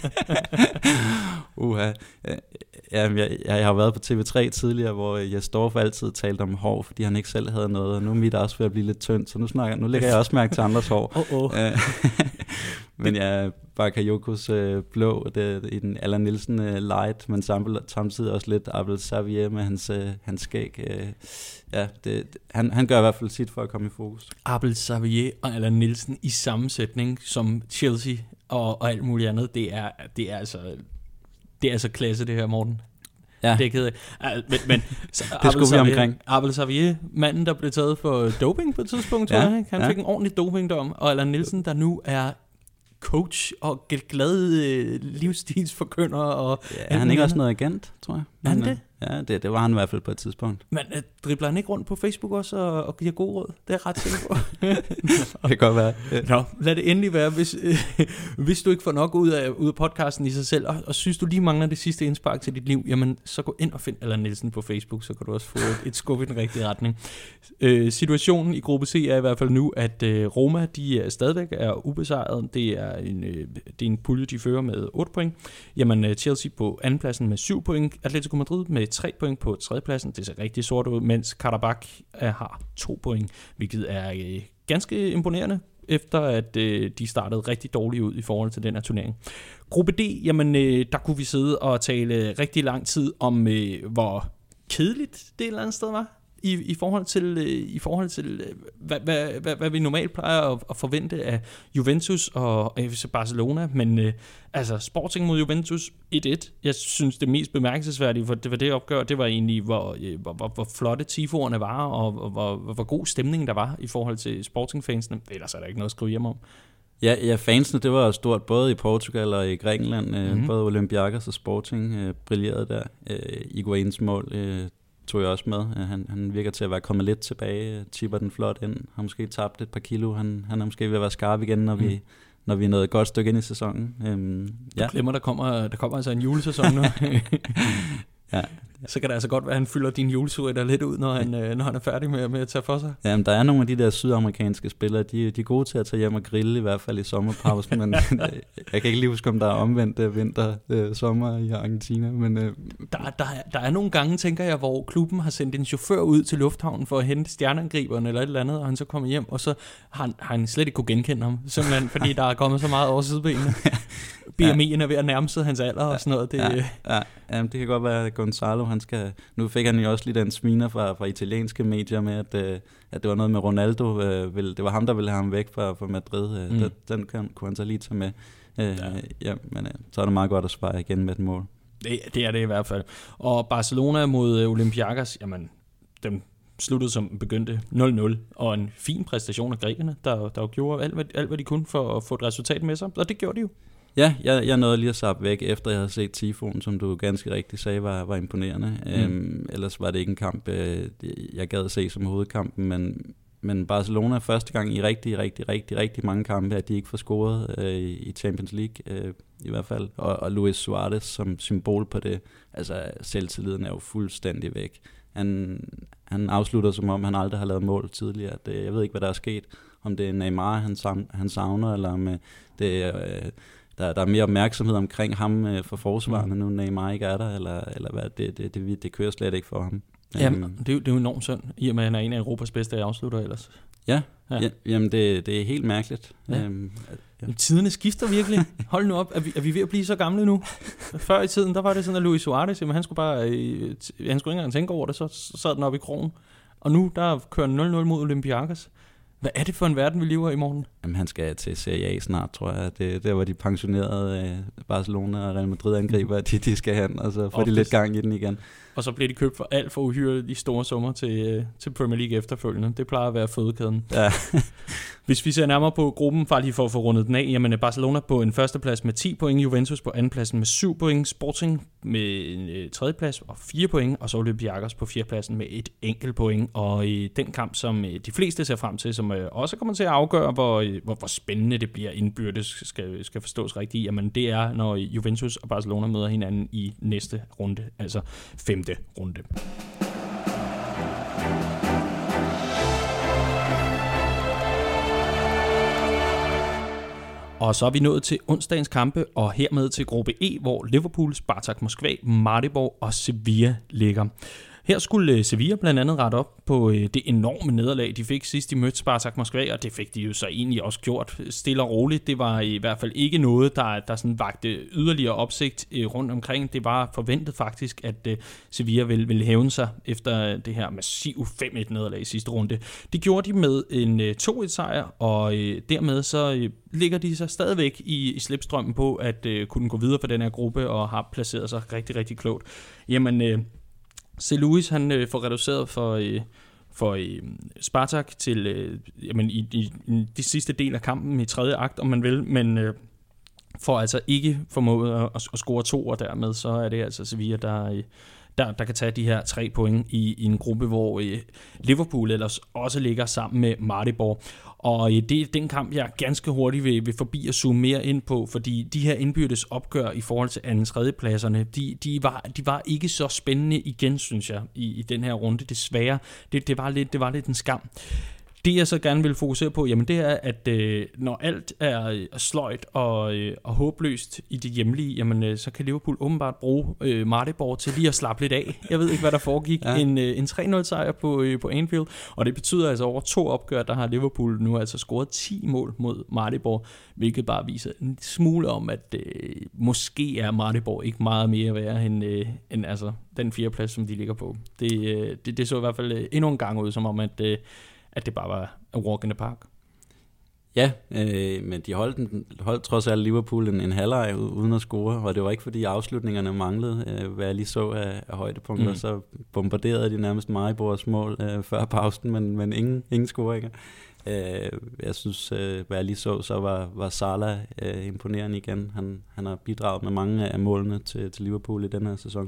Uha. Ja, jeg, jeg har været på T V tre tidligere, hvor jeg står for altid talt om hår, fordi han ikke selv havde noget, og nu er mit også ved at blive lidt tyndt, så nu, snakker, nu lægger jeg også mærke til andres hår. Oh, oh. Men ja, Bakayokos øh, blå, det, i den Allan Nielsen øh, light, men samtidig også lidt Abel Xavier med hans, øh, hans skæg. Øh, ja, det, han, han gør i hvert fald sit for at komme i fokus. Abel Xavier og Allan Nielsen i sammensætning som Chelsea og, og alt muligt andet, det er, det er altså det er altså klasse det her, Morten. Ja. Det er ked af. Men, men så det skulle vi omkring. Abel Xavier, manden der blev taget for doping på et tidspunkt, ja, tror jeg. Han ja. fik en ordentlig dopingdom, og Allan Nielsen, der nu er coach og glad øh, livsstilsforkynder. Og ja, er han ikke også noget agent, tror jeg? Er han det? Ja, det, det var han i hvert fald på et tidspunkt. Men øh, dribler han ikke rundt på Facebook også og, og giver gode råd? Det er ret sikker på. Det kan godt være. Ja. Nå, lad det endelig være, hvis, øh, hvis du ikke får nok ud af, ud af podcasten i sig selv, og, og synes du lige mangler det sidste indspark til dit liv, jamen så gå ind og find Allan Nielsen på Facebook, så kan du også få et, et skub i den rigtige retning. Øh, situationen i gruppe C er i hvert fald nu, at øh, Roma, de er stadigvæk er ubesejret. Det er en, øh, det er en pulje, de fører med otte point. Jamen øh, Chelsea på andenpladsen med syv point. Atletico Madrid med tre point på tredjepladsen. Det ser rigtig sort ud, mens Karabakh øh, har to point, hvilket er øh, ganske imponerende, efter at øh, de startede rigtig dårligt ud i forhold til den her turnering. Gruppe D, jamen øh, der kunne vi sidde og tale rigtig lang tid om, øh, hvor kedeligt det et eller andet sted var. I, i forhold til, øh, i forhold til øh, hvad, hvad, hvad, hvad vi normalt plejer at, at forvente af Juventus og F C Barcelona, men øh, altså Sporting mod Juventus et et. Jeg synes det mest bemærkelsesværdige for det var det opgør, det var egentlig hvor, øh, hvor, hvor, hvor flotte tifoerne var og hvor, hvor, hvor god stemning der var i forhold til Sporting-fansene. Ellers er der ikke noget at skrive hjem om. Ja, ja, fansene, det var stort, både i Portugal og i Grækenland. Mm-hmm. Både Olympiakos og Sporting øh, brillerede der. Øh, Higuaíns mål øh, tog jeg også med. Øh, han, han virker til at være kommet lidt tilbage, øh, tipper den flot ind, har måske tabt et par kilo. Han, han er måske ved at være skarp igen, når, mm. vi, når vi er nået et godt stykke ind i sæsonen. Øhm, ja. Du glemmer, der kommer, der kommer altså en julesæson nu. Ja. Så kan det altså godt være, at han fylder din julesweater lidt ud, når han, øh, når han er færdig med, med at tage for sig. Jamen, der er nogle af de der sydamerikanske spillere, de, de er gode til at tage hjem og grille, i hvert fald i sommerpausen, men jeg kan ikke lige huske, om der er omvendt øh, vinter, øh, sommer i Argentina. Men, øh. der, der, er, der er nogle gange, tænker jeg, hvor klubben har sendt en chauffør ud til lufthavnen for at hente stjerneangriberen eller et eller andet, og han så kommer hjem, og så har han, har han slet ikke kunne genkende ham, simpelthen fordi der er kommet så meget over sidebenene. B M I'en er ved at nærme sig hans alder og sådan noget. Det, ja, ja, ja, det kan godt være, at Gonzalo, han skal... Nu fik han jo også lidt en sminer fra, fra italienske medier med, at, at det var noget med Ronaldo. Øh, vil, det var ham, der ville have ham væk fra, fra Madrid. Mm. Den, den kunne, kunne han så lige tage med. Øh, ja. Ja, men øh, så er det meget godt at svare igen med et mål. Det, det er det i hvert fald. Og Barcelona mod Olympiakos, jamen, dem sluttede som begyndte nul nul, og en fin præstation af grækerne, der, der gjorde alt hvad, alt, hvad de kunne for at få et resultat med sig, og det gjorde de jo. Ja, jeg, jeg nåede lige at sappe væk, efter jeg havde set Tifon, som du ganske rigtigt sagde, var, var imponerende. Mm. Øhm, ellers var det ikke en kamp, øh, jeg gad at se som hovedkampen, men, men Barcelona første gang i rigtig, rigtig, rigtig, rigtig mange kampe, at de ikke får scoret øh, i Champions League, øh, i hvert fald. Og, og Luis Suarez som symbol på det, altså selvtilliden er jo fuldstændig væk. Han, han afslutter, som om han aldrig har lavet mål tidligere. Det, jeg ved ikke, hvad der er sket. Om det er Neymar, han, han savner, eller om det er... Øh, Der, der er mere opmærksomhed omkring ham øh, for forsvarerne, nu Neymar ikke er der, eller, eller hvad, det, det, det, det kører slet ikke for ham. Jamen, um, det, er jo, det er jo enormt synd, i og med, at han er en af Europas bedste afslutter ellers. Ja, ja. ja jamen det, det er helt mærkeligt. Ja. Um, ja. Tiderne skifter virkelig. Hold nu op, er vi, er vi ved at blive så gamle nu? Før i tiden, der var det sådan, at Luis Suarez, jamen, han skulle bare, øh, han skulle ikke engang tænke over det, så sad den op i krogen. Og nu, der kører nul nul mod Olympiakos. Hvad er det for en verden, vi lever i morgen? Jamen, han skal til Serie A snart, tror jeg. Det der, hvor de pensionerede øh, Barcelona og Real Madrid-angriber, de, de skal hen, og så får Oftest. de lidt gang i den igen. Og så bliver de købt for alt for uhyre de store summer til, til Premier League efterfølgende. Det plejer at være fødekæden. Ja. Hvis vi ser nærmere på gruppen, bare lige for at få rundet den af, jamen Barcelona på en førsteplads med ti point, Juventus på andenpladsen med syv point, Sporting med en øh, tredjeplads og fire point, og så Olympiakos på fjerdepladsen med et enkelt point. Og i den kamp, som øh, de fleste ser frem til, som øh, også kommer til at afgøre, hvor, øh, hvor, hvor spændende det bliver indbyrdes, skal, skal forstås rigtigt, jamen det er, når Juventus og Barcelona møder hinanden i næste runde, altså femte runde. Og så er vi nået til onsdagens kampe, og hermed til gruppe E, hvor Liverpool, Spartak Moskva, Maribor og Sevilla ligger. Her skulle Sevilla blandt andet rette op på det enorme nederlag, de fik sidst de mødte Spartak Moskva, og det fik de jo så egentlig også gjort stille og roligt. Det var i hvert fald ikke noget, der, der sådan vagte yderligere opsigt rundt omkring. Det var forventet faktisk, at Sevilla ville, ville hævne sig efter det her massive fem et nederlag i sidste runde. Det gjorde de med en to et sejr, og dermed så ligger de så stadigvæk i, i slipstrømmen på at kunne gå videre for den her gruppe og har placeret sig rigtig, rigtig klogt. Jamen... C. Lewis, han øh, får reduceret for, øh, for øh, Spartak til øh, jamen, i, i, i de sidste del af kampen i tredje akt, om man vil, men øh, får altså ikke formået at, at, at score to, og dermed så er det altså Sevilla, der, øh, der, der kan tage de her tre point i, i en gruppe, hvor øh, Liverpool ellers også ligger sammen med Maribor. Og øh, det er den kamp, jeg ganske hurtigt vil, vil forbi at zoome mere ind på, fordi de her indbyrdes opgør i forhold til anden tredjepladserne, de, de, var, de var ikke så spændende igen, synes jeg, i, i den her runde, desværre. Det, det, var lidt, det var lidt en skam. Det jeg så gerne vil fokusere på, jamen det er, at øh, når alt er sløjt og, øh, og håbløst i det hjemlige, jamen øh, så kan Liverpool åbenbart bruge øh, Maribor til lige at slappe lidt af. Jeg ved ikke, hvad der foregik. Ja. En, øh, en tre nul sejr på, øh, på Anfield, og det betyder altså over to opgør, der har Liverpool nu altså scoret ti mål mod Maribor, hvilket bare viser en smule om, at øh, måske er Maribor ikke meget mere værd end, øh, end altså, den fjerdeplads, som de ligger på. Det, øh, det, det så i hvert fald endnu en gang ud, som om at... Øh, at det bare var a walk in the park. Ja, øh, men de holdt, den, holdt trods alt Liverpool en, en halvleg uden at score, og det var ikke fordi afslutningerne manglede, øh, hvad jeg lige så af, af højdepunkter, mm. så bombarderede de nærmest Maribors mål øh, før pausen, men, men ingen, ingen scoringer. Øh, jeg synes, øh, hvad jeg lige så, så var, var Salah øh, imponerende igen. Han, han har bidraget med mange af målene til, til Liverpool i den her sæson,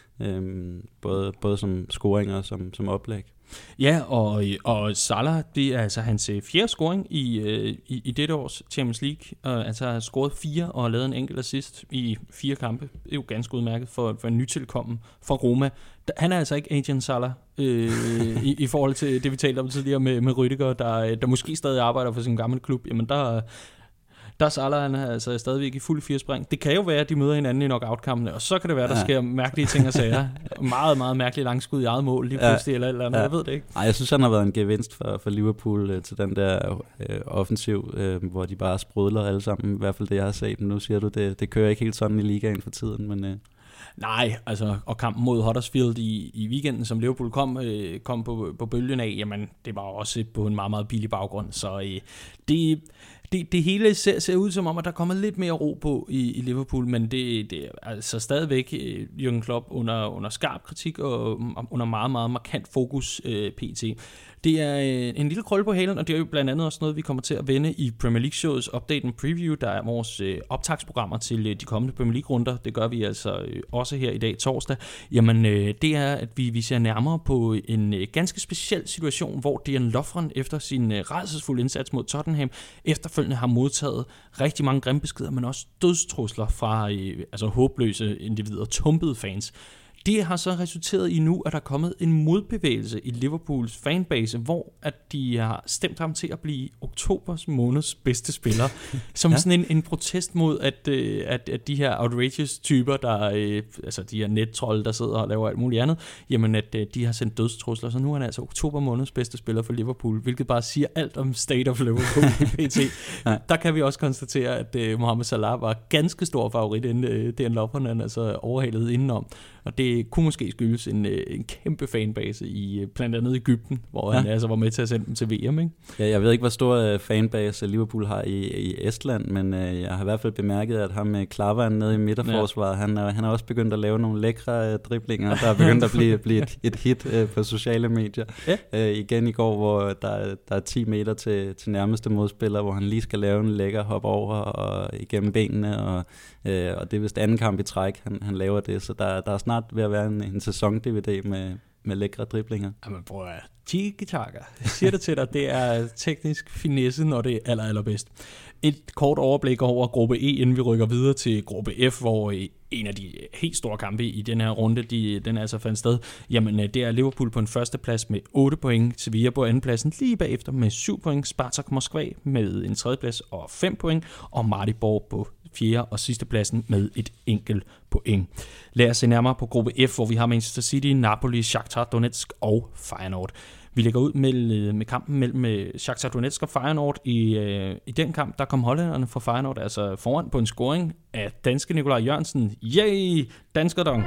øh, både, både som scoringer og som, som oplæg. Ja, og, og Salah, det er altså hans fjerde scoring i, i, i dette års Champions League. Uh, altså har scoret fire og har lavet en enkelt assist i fire kampe. Det er jo ganske udmærket for, for en nytilkommen fra Roma. Han er altså ikke Agent Salah øh, i, i forhold til det, vi talte om tidligere med, med Rüdiger, der, der måske stadig arbejder for sin gamle klub. Jamen der... Der er Salah, han er altså stadigvæk i fuld firespring. Det kan jo være, at de møder hinanden i knockout-kampene, og så kan det være, at der ja. sker mærkelige ting og sager. Meget, meget mærkelige langskud i eget mål, lige pludselig, ja. eller eller andet. Ja. Jeg ved det ikke. Ej, jeg synes, han har været en gevinst for, for Liverpool øh, til den der øh, offensiv, øh, hvor de bare sprudler alle sammen. I hvert fald det, jeg har set. Nu siger du, det, det kører ikke helt sådan i ligaen for tiden, men... Øh. Nej, altså, og kampen mod Huddersfield i, i weekenden, som Liverpool kom, øh, kom på, på bølgen af, jamen, det var også på en meget, meget billig baggrund. Så øh, det... Det, det hele ser, ser ud som om, at der kommer lidt mere ro på i, i Liverpool, men det, det er altså stadigvæk øh, Jürgen Klopp under, under skarp kritik og under meget, meget markant fokus øh, pt. Det er øh, en lille krølle på halen, og det er jo blandt andet også noget, vi kommer til at vende i Premier League-showets Update and Preview, der er vores øh, optagsprogrammer til øh, de kommende Premier League-runder. Det gør vi altså øh, også her i dag, torsdag. Jamen, øh, det er, at vi, vi ser nærmere på en øh, ganske speciel situation, hvor Dejan Lovren efter sin øh, rædselsfulde indsats mod Tottenham efterfølgende har modtaget rigtig mange grimme beskeder, men også dødstrusler fra øh, altså håbløse individer, tumpede fans. Det har så resulteret i nu, at der er kommet en modbevægelse i Liverpools fanbase, hvor at de har stemt ham til at blive oktobers måneds bedste spiller. Som ja. sådan en, en protest mod, at, at, at de her outrageous typer, der, altså de her nettrolde, der sidder og laver alt muligt andet, jamen at de har sendt dødstrusler. Så nu er han altså oktober måneds bedste spiller for Liverpool, hvilket bare siger alt om state of Liverpool i P T. Ja. Der kan vi også konstatere, at uh, Mohamed Salah var ganske stor favorit, inden uh, Dan Lovren han altså overhalede indenom. Og det kunne måske skyldes en, en kæmpe fanbase i blandt andet Egypten, hvor ja. han altså var med til at sende dem til V M, ikke? Ja, jeg ved ikke, hvor stor fanbase Liverpool har i, i Estland, men øh, jeg har i hvert fald bemærket, at ham med Klavan nede i midterforsvaret, ja. han, han har også begyndt at lave nogle lækre øh, driblinger, der er begyndt at blive, blive et, et hit øh, på sociale medier. Ja. Øh, igen i går, hvor der, der er ti meter til, til nærmeste modspiller, hvor han lige skal lave en lækker hop over og igennem benene, og, øh, og det er vist anden kamp i træk, han, han laver det, så der, der er snart ved at være en, en sæson-D V D med, med lækre driblinger. Jamen bror, tiki-taka. Jeg siger det til dig, det er teknisk finesse, når det er aller, allerbedst. Et kort overblik over gruppe E, inden vi rykker videre til gruppe F, hvor en af de helt store kampe i den her runde, de, den altså fandt sted. Jamen, det er Liverpool på en første plads med otte point, Sevilla på anden pladsen lige bagefter med syv point, Spartak Moskva med en tredje plads og fem point, og Maribor på fjerde og sidste pladsen med et enkelt point. Lad os se nærmere på gruppe F, hvor vi har Manchester City, Napoli, Shakhtar Donetsk og Feyenoord. Vi lægger ud med, med kampen mellem Shakhtar Donetsk og Feyenoord. I, øh, I den kamp, der kom hollænderne fra Feyenoord altså foran på en scoring af danske Nikolaj Jørgensen. Yay! Danskerdong!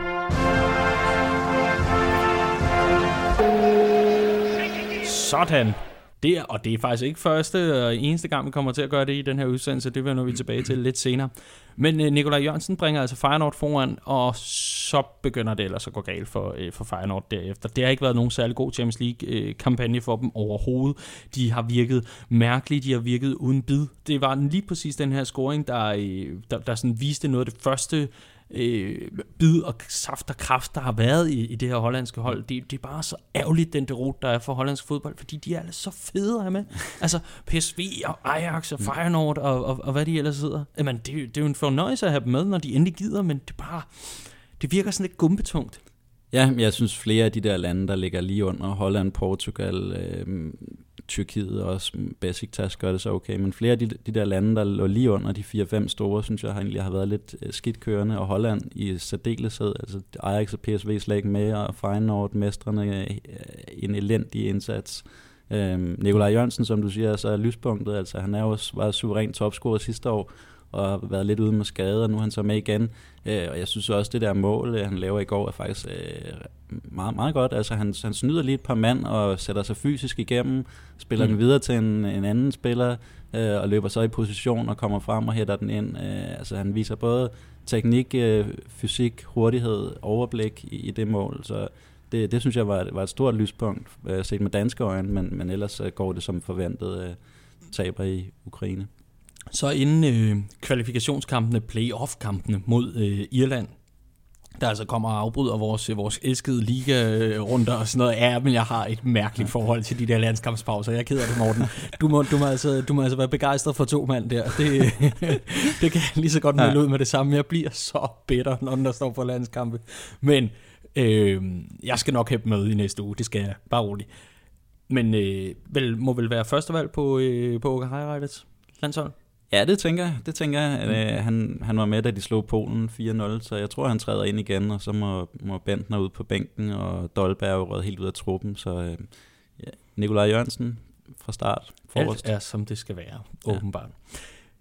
Sådan! Det er, og det er faktisk ikke første og eneste gang, vi kommer til at gøre det i den her udsendelse. Det vender vi tilbage til lidt senere. Men øh, Nikolaj Jørgensen bringer altså Feyenoord foran, og så begynder det ellers at gå galt for, øh, for Feyenoord derefter. Det har ikke været nogen særlig god Champions League-kampagne øh, for dem overhovedet. De har virket mærkeligt, de har virket uden bid. Det var lige præcis den her scoring, der, øh, der, der sådan viste noget af det første øh, bid og saft og kraft, der har været i, i det her hollandske hold. Det, det er bare så ærgerligt, den derot, der er for hollandsk fodbold, fordi de er så fede her med. Altså P S V og Ajax og Feyenoord og, og, og hvad de ellers hedder. Jamen, det, det er jo en fornøjelse at have dem med, når de endelig gider, men det bare, det virker sådan lidt gumbetungt. Ja, jeg synes flere af de der lande, der ligger lige under, Holland, Portugal, øh, Tyrkiet og også Besiktas gør det så okay, men flere af de, de der lande, der lå lige under de fire fem store, synes jeg egentlig har været lidt skidt kørende, og Holland i særdeleshed, altså Ajax og P S V slet ikke med, og Feyenoord, mestrene, en elendig indsats. Øhm, Nikolaj Jørgensen, som du siger, så er lyspunktet, altså han er jo var suveræn topscorer sidste år, og har været lidt ude med skade, og nu er han så med igen. Øh, og jeg synes også, det der mål, han laver i går, er faktisk øh, meget, meget godt. Altså han, han snyder lige et par mand og sætter sig fysisk igennem, spiller mm. den videre til en, en anden spiller, øh, og løber så i position og kommer frem og hætter den ind. Øh, altså han viser både teknik, øh, fysik, hurtighed, overblik i, i det mål, så det, det synes jeg var, var et stort lyspunkt, øh, set med danske øjne, men, men ellers øh, går det som forventet øh, taber i Ukraine. Så inden øh, kvalifikationskampene, playoff-kampene mod øh, Irland, der altså kommer og afbryder vores, vores elskede liga-runder og sådan noget. Ja, men jeg har et mærkeligt forhold til de der landskampspauser. Jeg er ked af det, Morten. Du må, du må, altså, du må altså være begejstret for to mand der. Det, det kan jeg lige så godt melde ja. ud med det samme. Jeg bliver så bitter, når der står for landskampe. Men øh, jeg skal nok hæppe med i næste uge. Det skal jeg. Bare roligt. Men øh, vel, må vel være førstevalg på, øh, på Oka-Heireidets landshold? Ja, det tænker jeg. Det tænker jeg. Mm. Han, han var med, da de slog Polen fire nul, så jeg tror, han træder ind igen, og så må, må Bentner ud på bænken, og Dolberg rød helt ud af truppen, så ja, Nikolaj Jørgensen fra start. Forrest. Alt er, som det skal være, åbenbart. Ja.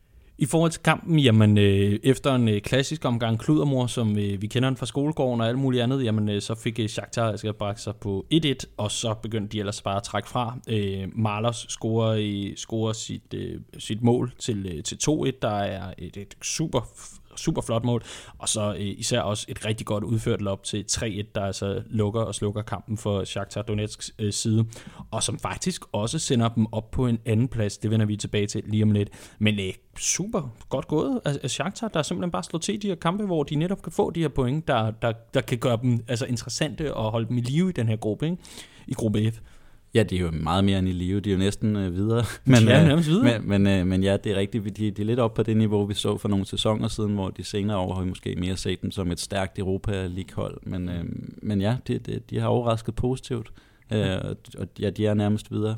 I forhold til kampen, jamen øh, efter en øh, klassisk omgang kludermor, som øh, vi kender den fra skolegården og alt muligt andet, jamen øh, så fik øh, Shakhtar altså bragt sig på et et, og så begyndte de ellers bare at trække fra. Øh, Marlos scorer, i, scorer sit, øh, sit mål til, øh, til to et, der er et, et super super flot mål, og så øh, især også et rigtig godt udført løb til tre et, der altså lukker og slukker kampen for Shakhtar Donetsks øh, side, og som faktisk også sender dem op på en anden plads. Det vender vi tilbage til lige om lidt. Men øh, super godt gået af, af Shakhtar, der simpelthen bare slår til de her kampe, hvor de netop kan få de her point, der, der, der kan gøre dem altså interessante og holde dem i live i den her gruppe, ikke? I gruppe F. Ja, de er jo meget mere end i live, de er jo næsten øh, videre. Men, de er nærmest videre. Men, men, øh, men ja, det er rigtigt, de, de er lidt oppe på det niveau, vi så for nogle sæsoner siden, hvor de senere år har vi måske mere set dem som et stærkt Europa League-hold. Men, øh, men ja, de, de, de har overrasket positivt, øh, og ja, de er nærmest videre.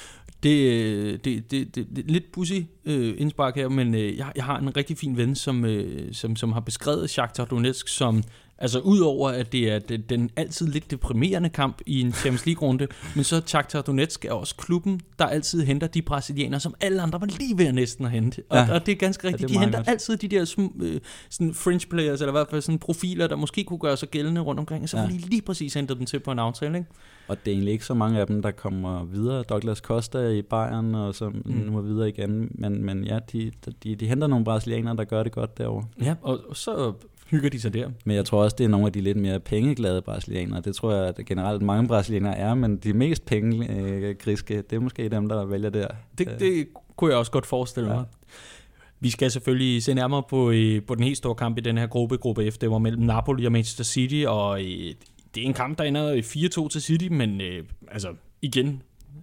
Det, det, det, det, det er lidt pussy øh, indspark her, men øh, jeg, jeg har en rigtig fin ven, som, øh, som, som har beskrevet Shakhtar Donetsk som, altså udover at det er den, den altid lidt deprimerende kamp i en Champions League-runde, men så Shakhtar Donetsk er også klubben, der altid henter de brasilianere, som alle andre var lige ved at næsten at hente. Og, ja. og det er ganske rigtigt, ja, de henter godt. altid de der sm- øh, sådan fringe players, eller i hvert fald sådan profiler, der måske kunne gøre sig gældende rundt omkring, og så ja. har de lige præcis hentet dem til på en aftale, ikke? Og det er egentlig ikke så mange af dem, der kommer videre. Douglas Costa i Bayern, og så mm. nu videre igen. Men, men ja, de, de, de henter nogle brasilianere, der gør det godt derovre. Ja, og, og så hygger de sig der. Men jeg tror også, det er nogle af de lidt mere pengeglade brasilianere. Det tror jeg, at generelt mange brasilianere er, men de mest pengegriske, det er måske dem, der vælger der. Det, det kunne jeg også godt forestille mig. Ja. Vi skal selvfølgelig se nærmere på, på den helt store kamp i den her gruppe, gruppe F. Det var mellem Napoli og Manchester City, og det er en kamp, der ender fire to til City, men øh, altså igen,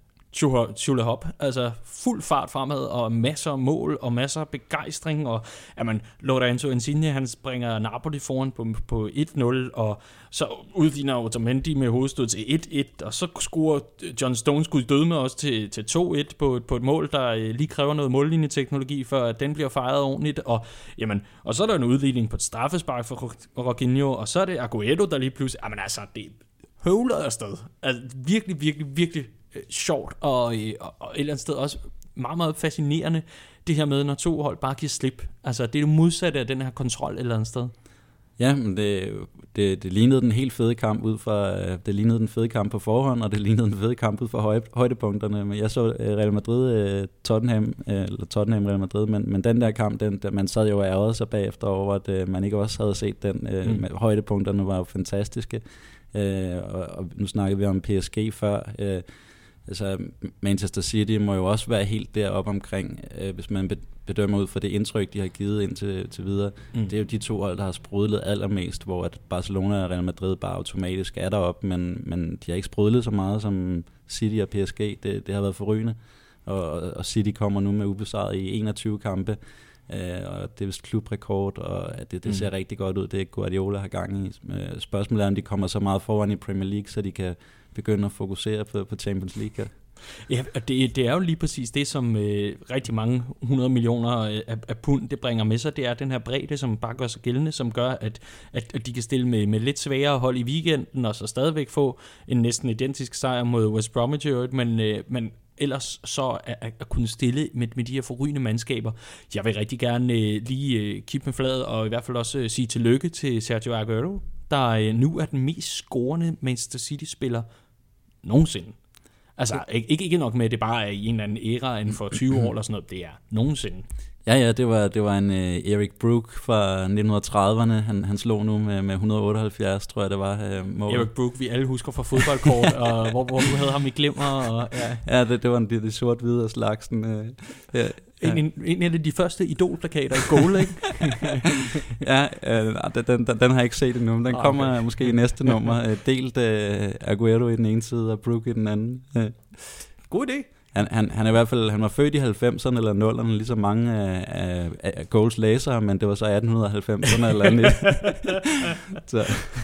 tjule hop, altså fuld fart fremad, og masser af mål, og masser af begejstring, og jamen, Lorenzo Insigne, han springer Napoli foran på, på et nul, og så udligner Otamendi med hovedstød til et et, og så scorer John Stones skud døde med os til, til to et på, på et mål, der lige kræver noget mållinjeteknologi, for at den bliver fejret ordentligt, og, jamen, og så er der en udligning på et straffespark for Jorginho, og så er det Agüero, der lige pludselig, jamen altså, det høvler afsted, altså virkelig, virkelig, virkelig sjovt, og, og, og et eller andet sted også meget, meget fascinerende, det her med, når to hold bare giver slip. Altså, det er det modsatte af den her kontrol et eller andet sted. Ja, men det, det, det lignede den helt fede kamp ud fra, det lignede den fede kamp på forhånd, og det lignede den fede kamp ud fra høj, højdepunkterne. Men jeg så Real Madrid, Tottenham, eller Tottenham Real Madrid, men, men den der kamp, den, man sad jo og ærgede sig bagefter over, at man ikke også havde set den. Mm. Højdepunkterne var jo fantastiske, og, og nu snakkede vi om P S G før. Altså, Manchester City må jo også være helt deroppe omkring, øh, hvis man bedømmer ud fra det indtryk, de har givet indtil til videre. Mm. Det er jo de to hold, der har sprudlet allermest, hvor at Barcelona og Real Madrid bare automatisk er deroppe, men, men de har ikke sprudlet så meget som City og P S G. Det, det har været forrygende, og, og City kommer nu med ubesejret i enogtyve kampe, øh, og det er vist klubrekord, og det, det ser mm. rigtig godt ud. Det er Guardiola har gang i. Spørgsmålet er, om de kommer så meget foran i Premier League, så de kan begynde at fokusere på, på Champions League. Ja, og det, det er jo lige præcis det, som øh, rigtig mange hundrede millioner af, af pund, det bringer med sig. Det er den her bredde, som bare gør sig gældende, som gør, at, at, at de kan stille med, med lidt sværere hold i weekenden, og så stadigvæk få en næsten identisk sejr mod West Bromwich, men, øh, men ellers så at, at kunne stille med, med de her forrygende mandskaber. Jeg vil rigtig gerne øh, lige øh, kippe med fladet, og i hvert fald også øh, sige tillykke til Sergio Aguero, der øh, nu er den mest scorende Manchester City-spiller nogensinde. Altså, ikke, ikke nok med, at det bare er i en eller anden æra inden for tyve år eller sådan noget, det er nogensinde. Ja, ja, det var, det var en uh, Eric Brook fra nitten trediverne. Han, han slog nu med, med et hundrede otteoghalvfjerds, tror jeg, det var uh, målet. Eric Brook, vi alle husker fra fodboldkort, og hvor, hvor du havde ham i glimmer. Og, ja, ja det, det var en det sort-hvide af slagsen. Uh, ja. Ja. En, en af de første idolplakater i goal, ikke? ja, øh, den, den, den har jeg ikke set endnu, men den okay. kommer måske i næste nummer. Delt øh, Aguero i den ene side og Brook i den anden. God idé. Han, han, han er i hvert fald, han var født i halvfemserne eller nullerne, ligesom mange af, af, af Goals læsere, men det var så atten halvfemserne eller andet. Så.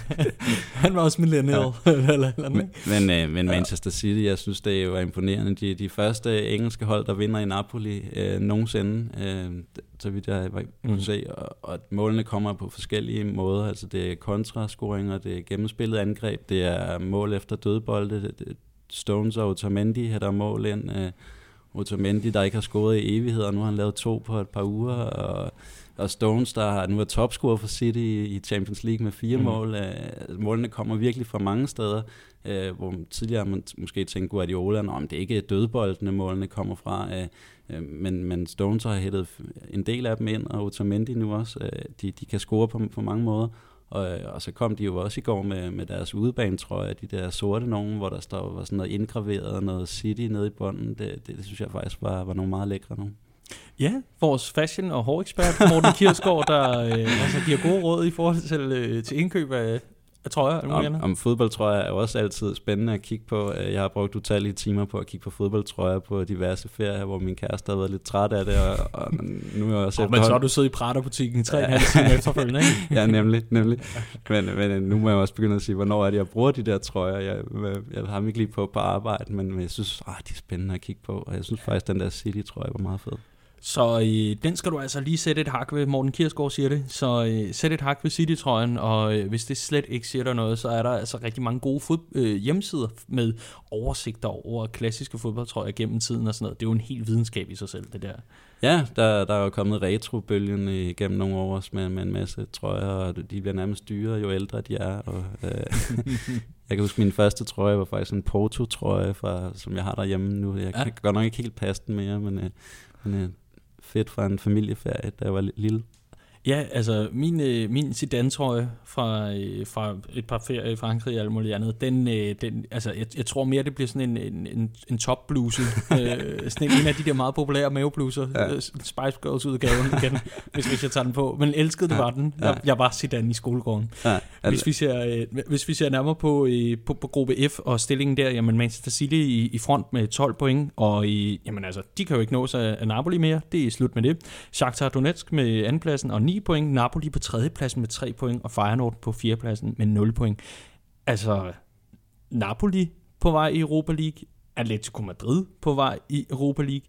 Han var også millennial. Ja. eller, eller men men, øh, men Manchester City, jeg synes, det er jo imponerende. De, de første engelske hold, der vinder i Napoli øh, nogensinde, øh, så vidt jeg kunne mm. se, og, og målene kommer på forskellige måder. Altså det er kontrascoringer, det er gennemspillet angreb, det er mål efter dødbolde, det, det Stones og Otamendi hætter mål ind. Uh, Otamendi, der ikke har scoret i evigheder, nu har han lavet to på et par uger, og, og Stones, der har, nu er topscorer for City i, i Champions League med fire mm. mål. Uh, målene kommer virkelig fra mange steder, uh, hvor tidligere man måske tænkte Guardiola, om det ikke er dødboldene, målene kommer fra, uh, uh, men, men Stones har hættet en del af dem ind, og Otamendi nu også. Uh, de, de kan score på, på mange måder. Og, og så kom de jo også i går med, med deres udebane, tror jeg, de der sorte nogen, hvor der står var sådan noget indgraveret, noget City nede i bunden. Det, det, det synes jeg faktisk var, var nogle meget lækre nogen. Ja, vores fashion- og hårekspert Morten Kirsgaard, der øh, altså, giver gode råd i forhold til, øh, til indkøb af, af trøjer. Om, om fodboldtrøjer er jo også altid spændende at kigge på. Jeg har brugt utallige timer på at kigge på fodboldtrøjer på diverse ferier, hvor min kæreste har været lidt træt af det. Og, og nu er jeg også oh, men så har du siddet i Prada-butikken i tre og en halv time efterfølgende, ikke? Ja, nemlig. nemlig. Men, men nu må jeg også begynde at sige, hvornår er det, jeg bruger de der trøjer. Jeg, jeg har dem ikke lige på på arbejde, men, men jeg synes, ah, de er spændende at kigge på. Og jeg synes faktisk, den der City-trøje var meget fed. Så øh, den skal du altså lige sætte et hak ved. Morten Kirsgaard siger det. Så øh, sæt et hak ved City-trøjen, og øh, hvis det slet ikke siger dig noget, så er der altså rigtig mange gode fod- øh, hjemmesider med oversigter over klassiske fodboldtrøjer gennem tiden og sådan noget. Det er jo en helt videnskab i sig selv, det der. Ja, der, der er jo kommet retrobølgen igennem nogle år også med, med en masse trøjer, og de bliver nærmest dyrere, jo ældre de er. Og, øh, jeg kan huske, min første trøje var faktisk en Porto-trøje, fra, som jeg har derhjemme nu. Jeg kan ja. godt nok ikke helt passe den mere, men... Øh, men øh, fedt fra en familieferie, da jeg var lille. Ja, altså min, øh, min Zidane-trøje fra, øh, fra et par ferier i Frankrig og alt muligt andet, den, øh, den, altså, jeg, jeg tror mere, det bliver sådan en, en, en, en top-bluse. øh, sådan en, en af de der meget populære mavebluser. Ja. Spice Girls-udgaven igen, hvis, hvis jeg tager den på. Men elskede det ja. var den. Jeg, jeg var Zidane i skolegården. Ja. Altså. Hvis, vi ser, øh, hvis vi ser nærmere på, øh, på, på gruppe F og stillingen der, jamen Manchester City i, i front med tolv point, og i, jamen altså, de kan jo ikke nås af, af Napoli mere. Det er slut med det. Shakhtar Donetsk med andenpladsen og ni point, Napoli på tredjepladsen med tre point, og Feyenoord på fjerdepladsen med nul point. Altså, Napoli på vej i Europa League, Atletico Madrid på vej i Europa League,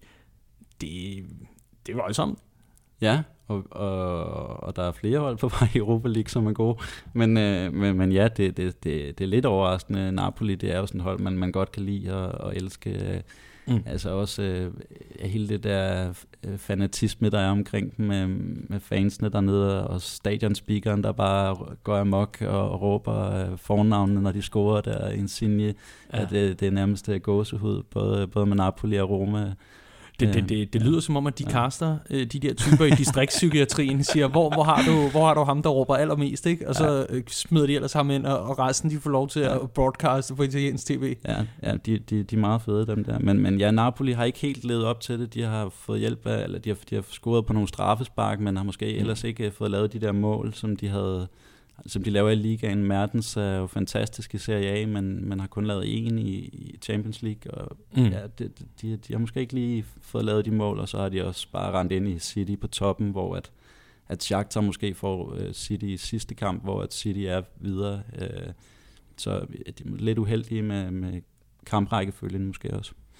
det, det er voldsomt. Ja, og, og, og der er flere hold på vej i Europa League, som er gode. Men, øh, men, men ja, det, det, det, det er lidt overraskende. Napoli, det er jo sådan et hold, man, man godt kan lide og, og elske. Mm. Altså også øh, hele det der øh, fanatisme, der er omkring dem med, med fansene dernede, og stadionspeakeren, der bare går amok og råber øh, fornavnene, når de scorer der Insigne. Ja. Det, det er nærmest gåsehud, både, både med Napoli og Roma. Det, det, det, det lyder som om, at de ja. kaster øh, de der typer i distriktspsykiatrien, siger, hvor, hvor, har du, hvor har du ham, der råber allermest, ikke? Og så øh, smider de ellers ham ind, og, og resten de får lov til ja. at broadcaste på italiensk tv. Ja, ja de, de, de er meget fede, dem der. Men, men ja, Napoli har ikke helt levet op til det. De har fået hjælp af, eller de har, de har scoret på nogle straffespark, men har måske mm. ellers ikke fået lavet de der mål, som de havde... som de laver i ligaen. Mertens er jo fantastisk i Serie A, men man har kun lavet en i, i Champions League, og mm. ja, de, de, de har måske ikke lige fået lavet de mål, og så har de også bare rendt ind i City på toppen, hvor at, at Shakhtar måske får uh, City i sidste kamp, hvor at City er videre. Uh, så de er lidt uheldige med, med kamprækkefølgen måske også.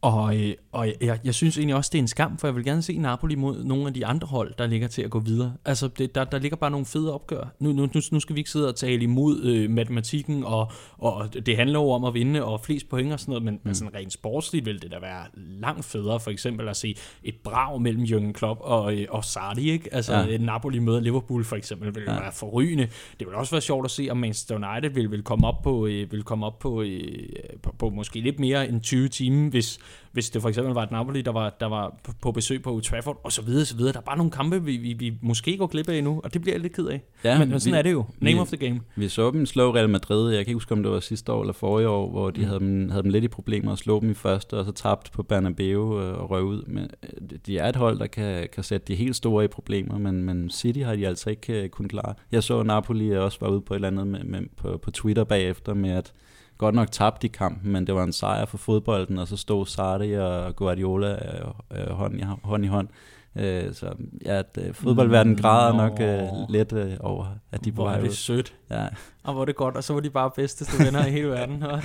Og, øh, og jeg, jeg synes egentlig også, det er en skam, for jeg vil gerne se Napoli mod nogle af de andre hold, der ligger til at gå videre. Altså, det, der, der ligger bare nogle fede opgør. Nu, nu, nu skal vi ikke sidde og tale imod øh, matematikken, og, og det handler jo om at vinde og flest point og sådan noget, men, mm. men sådan rent sportsligt vil det da være langt federe, for eksempel at se et brag mellem Jürgen Klopp og, øh, og Sarri, ikke? Altså, ja. Napoli møder Liverpool for eksempel, vil ja. være forrygende. Det vil også være sjovt at se, om Manchester United vil, vil komme op på, øh, vil komme op på, øh, på, på måske lidt mere end tyve timer, hvis hvis det for eksempel var et Napoli, der var, der var på besøg på Old Trafford, og så videre, så videre. Der er bare nogle kampe, vi, vi, vi måske går glip af endnu, og det bliver jeg lidt ked af. Ja, men, men sådan vi, er det jo. Name vi, of the game. Vi så dem slå Real Madrid, jeg kan ikke huske, om det var sidste år eller forrige år, hvor de mm. havde, dem, havde dem lidt i problemer og slå dem i første, og så tabte på Bernabeu og røg ud. Men de er et hold, der kan, kan sætte de helt store i problemer, men, men City har de altså ikke kunnet klare. Jeg så Napoli også var ude på et eller andet med, med, på, på Twitter bagefter med, at godt nok tabte i kampen, men det var en sejr for fodbolden, og så stod Sarri og Guardiola øh, hånd, i, hånd i hånd. Øh, så ja, at, øh, fodboldverdenen græder mm, nok øh, lidt øh, over, at de hvor er det ud. Sødt. Ja. Og hvor er det godt, og så var de bare bedsteste venner i hele verden. Og,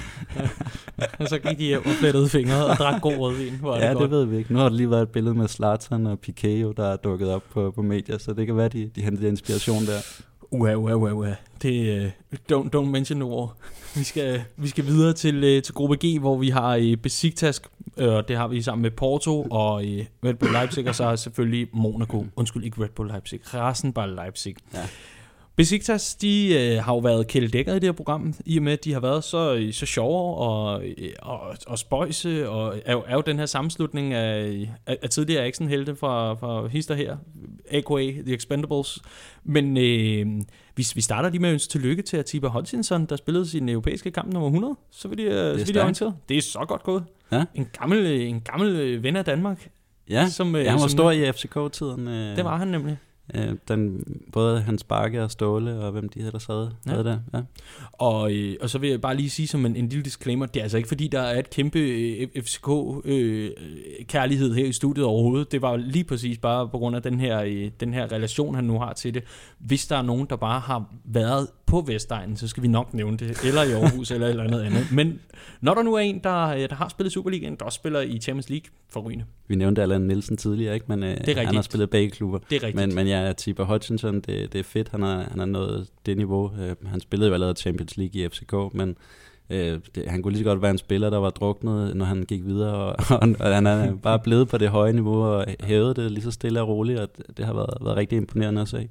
og så gik de hjem og flettede fingre og drak god rødvin. Hvor er ja, det, det godt. Ved vi ikke. Nu har der lige været et billede med Zlatan og Piqué, der er dukket op på, på medier, så det kan være, de, de hentede inspiration der. Uha, uha, uha, uha. Det, uh, don't, don't mention no more. Vi skal, vi skal videre til, uh, til gruppe G, hvor vi har uh, Besiktas, og uh, det har vi sammen med Porto og uh, Red Bull Leipzig, og så selvfølgelig Monaco. Undskyld, ikke Red Bull Leipzig. Rasenball Leipzig. Ja. Besiktas, de øh, har jo været kældedækket i det her program, i og med, at de har været så, så sjove og, og, og spøjse, og er jo, er jo den her sammenslutning af, af, af tidligere actionhelte fra, fra hister her, A K A The Expendables. Men øh, hvis vi starter lige med at ønske tillykke til Atiba Hutchinson, der spillede sin europæiske kamp nummer hundrede, så vil de, så vil de orientere. Det er så godt gået. Ja. En, gammel, en gammel ven af Danmark. Ja, som, ja han var som, stor i F C K-tiden. Øh. Det var han nemlig. Den, både Hans Bakke og Ståle og hvem de hedder, der sad ja. der. Ja. Og, øh, og så vil jeg bare lige sige som en, en lille disclaimer, det er altså ikke fordi, der er et kæmpe øh, F C K-kærlighed øh, her i studiet overhovedet. Det var lige præcis bare på grund af den her, øh, den her relation, han nu har til det. Hvis der er nogen, der bare har været på Vestegnen, så skal vi nok nævne det, eller i Aarhus, eller et eller andet andet. Men når der nu er en, der, der har spillet Superligaen, der også spiller i Champions League, forrygende. Vi nævnte Allan Nielsen tidligere, ikke? Men øh, han har spillet begge klubber. Det er rigtigt. Men, men ja, Atiba Hutchinson, det, det er fedt. Han har, han har nået det niveau. Øh, han spillede jo allerede Champions League i F C K, men øh, det, han kunne lige så godt være en spiller, der var druknet, når han gik videre. Og, og, og han er bare blevet på det høje niveau og hævet det lige så stille og roligt, og det, det har været, været rigtig imponerende at se.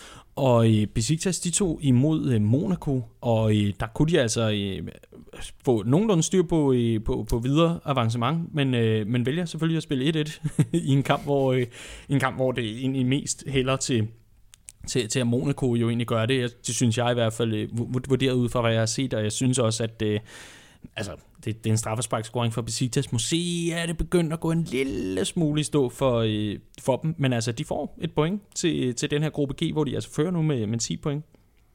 Og i Besiktas, de tog imod øh, Monaco, og øh, der kunne de altså øh, få nogenlunde styr på, øh, på, på videre avancement, men, øh, men vælger selvfølgelig at spille et et i en kamp, hvor, øh, en kamp, hvor det egentlig mest hælder til, til, til at Monaco jo egentlig gør det. Det synes jeg i hvert fald øh, vurderet ud fra, hvad jeg har set, og jeg synes også, at øh, altså, det, det er en straffesparkscoring for Besiktas. Måske er det begyndt at gå en lille smule i stå for, øh, for dem, men altså, de får et point til, til den her gruppe G, hvor de altså fører nu med, med ti point.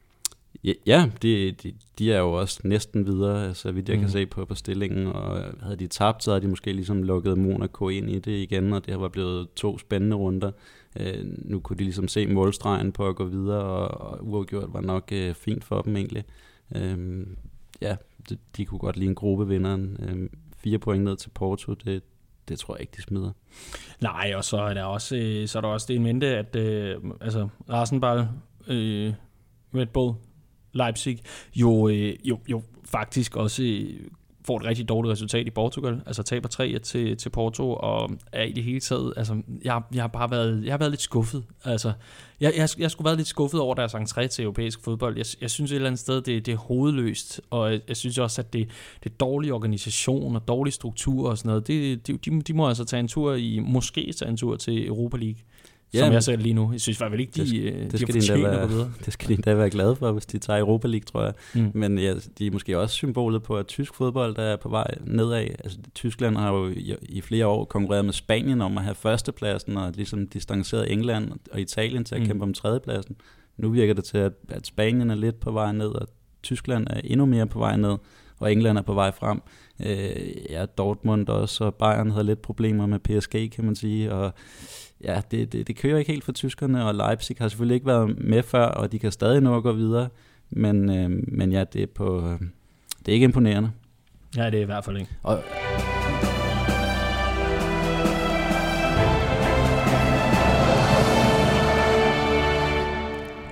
Ja, de, de, de er jo også næsten videre, så vidt jeg mm. kan se på, på stillingen, og havde de tabt, så havde de måske ligesom lukket Monaco ind i det igen, og det var blevet to spændende runder. Øh, nu kunne de ligesom se målstregen på at gå videre, og, og uafgjort var nok øh, fint for dem egentlig. Øh, ja, de, de kunne godt lide en gruppevinderen. Øh, fire point ned til Porto, det, det tror jeg ikke, de smider. Nej, og så er der også, øh, så er der også det en mente, at øh, altså, Rasenball, øh, Red Bull, Leipzig, jo, øh, jo, jo faktisk også øh, får et rigtig dårligt resultat i Portugal, altså taber tre et til, til Porto, og er i det hele taget, altså, jeg, jeg har bare været, jeg har været lidt skuffet, altså, jeg, jeg, jeg skulle været lidt skuffet over deres entré til europæisk fodbold. Jeg, jeg synes et eller andet sted, det, det er hovedløst, og jeg, jeg synes også, at det, det er dårlig organisation og dårlig struktur og sådan noget. Det, det, de, de må altså tage en tur i, måske tage en tur til Europa League. Ja, som jeg ser lige nu. Jeg synes faktisk ikke, de, det, det de skal de endda være, det skal de endda være glade for, hvis de tager Europa League, tror jeg. Mm. Men ja, de er måske også symbolet på, at tysk fodbold der er på vej nedad. Altså, Tyskland har jo i, i flere år konkurreret med Spanien om at have førstepladsen, og ligesom distanceret England og Italien til at mm. kæmpe om tredjepladsen. Nu virker det til, at, at Spanien er lidt på vej ned, og Tyskland er endnu mere på vej ned, og England er på vej frem. Øh, ja, Dortmund også, og Bayern havde lidt problemer med P S G, kan man sige, og ja, det, det, det kører ikke helt for tyskerne, og Leipzig har selvfølgelig ikke været med før, og de kan stadig nå at gå videre, men, øh, men ja, det er, på, det er ikke imponerende. Ja, det er i hvert fald ikke. Og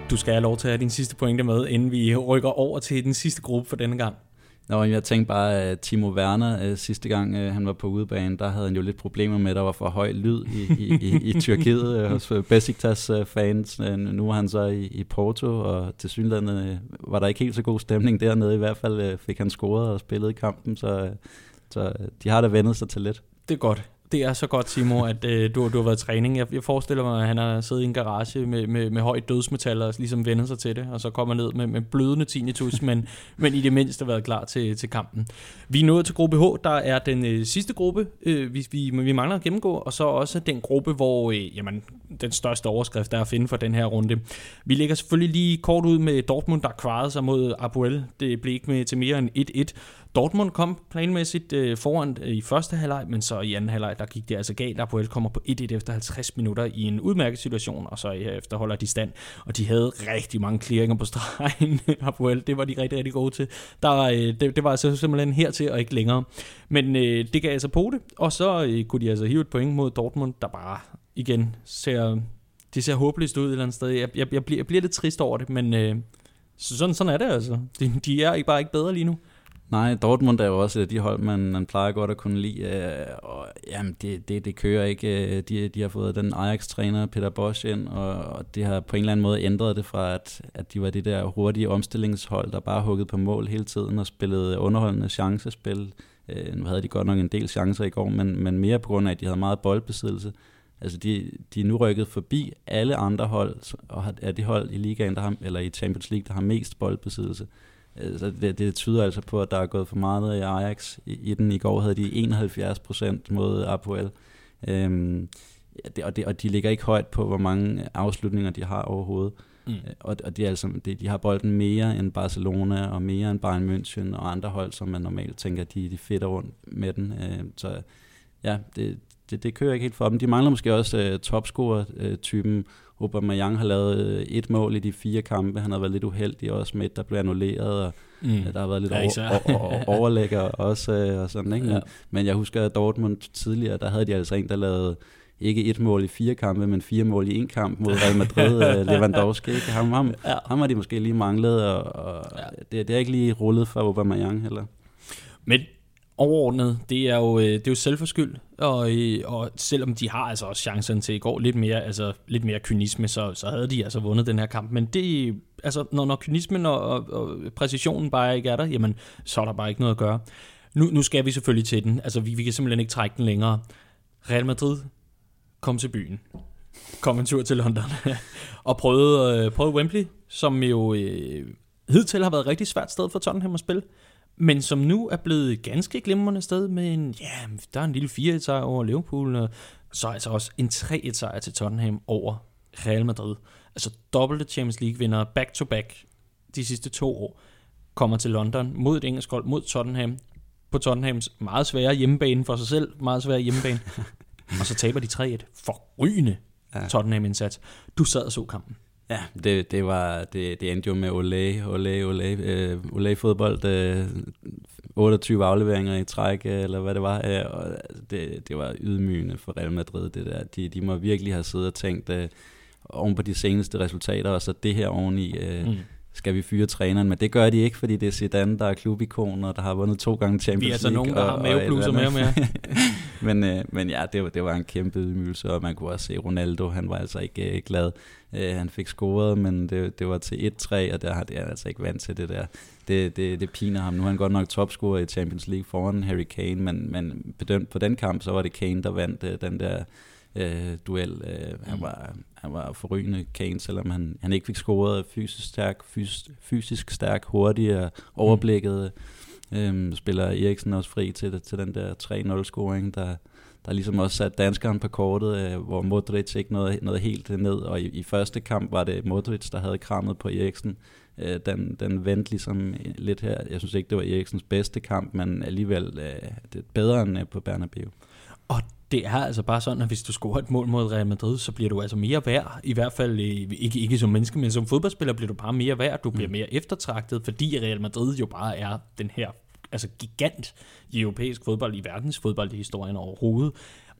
Du skal have lov til at have din sidste pointe med, inden vi rykker over til den sidste gruppe for denne gang. Nå, jeg tænkte bare, at Timo Werner sidste gang han var på udebane, der havde han jo lidt problemer med, at der var for høj lyd i, i, i, i Tyrkiet hos Besiktas fans. Nu var han så i, i Porto, og til synligheden var der ikke helt så god stemning dernede. I hvert fald fik han scoret og spillet i kampen, så, så de har da vendet sig til lidt. Det er godt. Det er så godt, Timo, at øh, du, du har været i træning. Jeg, jeg forestiller mig, at han har siddet i en garage med, med, med højt dødsmetal og ligesom vendt sig til det, og så kommer ned med, med blødende tinnitus, men, men i det mindste været klar til, til kampen. Vi er nået til gruppe H, der er den øh, sidste gruppe, øh, vi, vi, vi mangler at gennemgå, og så også den gruppe, hvor øh, jamen, den største overskrift er at finde for den her runde. Vi lægger selvfølgelig lige kort ud med Dortmund, der kvarede sig mod Apoel. Det blev ikke med til mere end et et. Dortmund kom planmæssigt øh, foran øh, i første halvleg, men så i anden halvleg, der gik det altså galt. Apoel kommer på et et efter halvtreds minutter i en udmærket situation, og så herefter holder de stand. Og de havde rigtig mange clearinger på stregen. Apoel, det var de rigtig, rigtig gode til. Der, øh, det, det var altså simpelthen hertil og ikke længere. Men øh, det gav altså på det, og så øh, kunne de altså hive et point mod Dortmund, der bare igen ser, det ser håbløst ud et eller andet sted. Jeg, jeg, jeg, bliver, jeg bliver lidt trist over det, men øh, sådan, sådan er det altså. De, de er bare ikke bedre lige nu. Nej, Dortmund er jo også de hold, man, man plejer godt at kunne lide, og jamen, det, det, det kører ikke. De, de har fået den Ajax-træner, Peter Bosz, ind, og, og det har på en eller anden måde ændret det fra, at, at de var det der hurtige omstillingshold, der bare huggede på mål hele tiden og spillede underholdende chancespil. Nu havde de godt nok en del chancer i går, men, men mere på grund af, at de havde meget boldbesiddelse. Altså de, de er nu rykket forbi alle andre hold, og er de hold i ligaen, der har, eller i Champions League, der har mest boldbesiddelse. Så det, det tyder altså på, at der er gået for meget i Ajax i, i den. I går havde de enoghalvfjerds procent mod Apoel. Øhm, det, og, det, og de ligger ikke højt på, hvor mange afslutninger de har overhovedet. Mm. Og, og de, altså, de, de har bolden mere end Barcelona og mere end Bayern München og andre hold, som man normalt tænker, de, de fedter rundt med den. Øhm, så ja, det, det, det kører ikke helt for dem. De mangler måske også uh, topscorer-typen. Aubameyang har lavet uh, et mål i de fire kampe. Han har været lidt uheldig også med et, der blev annulleret, og mm. uh, der har været lidt ja, over, over, overlægger også, uh, og sådan, ikke? Ja. Men, men jeg husker, at Dortmund tidligere, der havde de altså en, der lavede ikke et mål i fire kampe, men fire mål i en kamp mod Real Madrid, uh, Lewandowski. Ikke? Ham, ham, ja. ham har de måske lige manglet, og, og ja. det, det er ikke lige rullet for Aubameyang heller. Men overordnet, det er jo, det er jo selvforskyldt, og, og selvom de har altså også chancen til i går lidt mere, altså lidt mere kynisme, så, så havde de altså vundet den her kamp. Men det, altså når, når kynismen og, og, og præcisionen bare ikke er der, jamen så er der bare ikke noget at gøre. Nu, nu skal vi selvfølgelig til den, altså vi, vi kan simpelthen ikke trække den længere. Real Madrid kom til byen, kom en tur til London og prøvede, øh, prøvede Wembley, som jo øh, hidtil har været et rigtig svært sted for Tottenham at spille. Men som nu er blevet ganske glimrende sted med en, ja, der er en lille fire et sejr over Liverpool, og så altså også en tre et sejr til Tottenham over Real Madrid. Altså dobbelte Champions League vinder back to back de sidste to år, kommer til London mod et engelsk hold, mod Tottenham, på Tottenhams meget svære hjemmebane for sig selv, meget svære hjemmebane, og så taber de tre et. Forrygende ja. Tottenham-indsats. Du sad og så kampen. Ja, det, det var det, det endte jo med Olé, Olé, Olé, øh, Olé fodbold, øh, otteogtyve afleveringer i træk, eller hvad det var, øh, og det, det var ydmygende for Real Madrid, det der. De, de må virkelig have siddet og tænkt øh, oven på de seneste resultater, og så det her oveni, øh, mm. skal vi fyre træneren, men det gør de ikke, fordi det er Zidane, der er klubikon, og der har vundet to gange Champions League. Vi er altså nogen, der og, har mavebluser med og mere. men, øh, men ja, det var, det var en kæmpe ydmygelse, og man kunne også se Ronaldo, han var altså ikke øh, glad. Uh, han fik scoret, men det, det var til et tre, og der har det er altså ikke vant til det der. Det, det, det piner ham. Nu er han godt nok topscorer i Champions League foran Harry Kane, men, men bedømt på den kamp, så var det Kane, der vandt uh, den der uh, duel. Uh, han, var, han var forrygende, Kane, selvom han, han ikke fik scoret. Fysisk stærk, fysisk, fysisk stærk, hurtig og overblikket. Um, spiller Eriksen også fri til, til den der tre nul scoring, der der ligesom også sat danskeren på kortet, øh, hvor Modric ikke nåede, nåede helt ned, og i, i første kamp var det Modric, der havde krammet på Eriksen. Øh, den, den vendte ligesom lidt her. Jeg synes ikke, det var Eriksens bedste kamp, men alligevel øh, det er bedre end øh, på Bernabeu. Og det er altså bare sådan, at hvis du scorer et mål mod Real Madrid, så bliver du altså mere værd. I hvert fald ikke, ikke som menneske, men som fodboldspiller bliver du bare mere værd. Du bliver mm. mere eftertragtet, fordi Real Madrid jo bare er den her altså gigant i europæisk fodbold, i verdens fodboldhistorien overhovedet.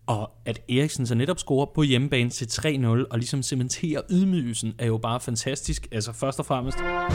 Og at Eriksen så netop scorer på hjemmebane til tre nul, og ligesom cementerer ydmygelsen, er jo bare fantastisk. Altså først og fremmest...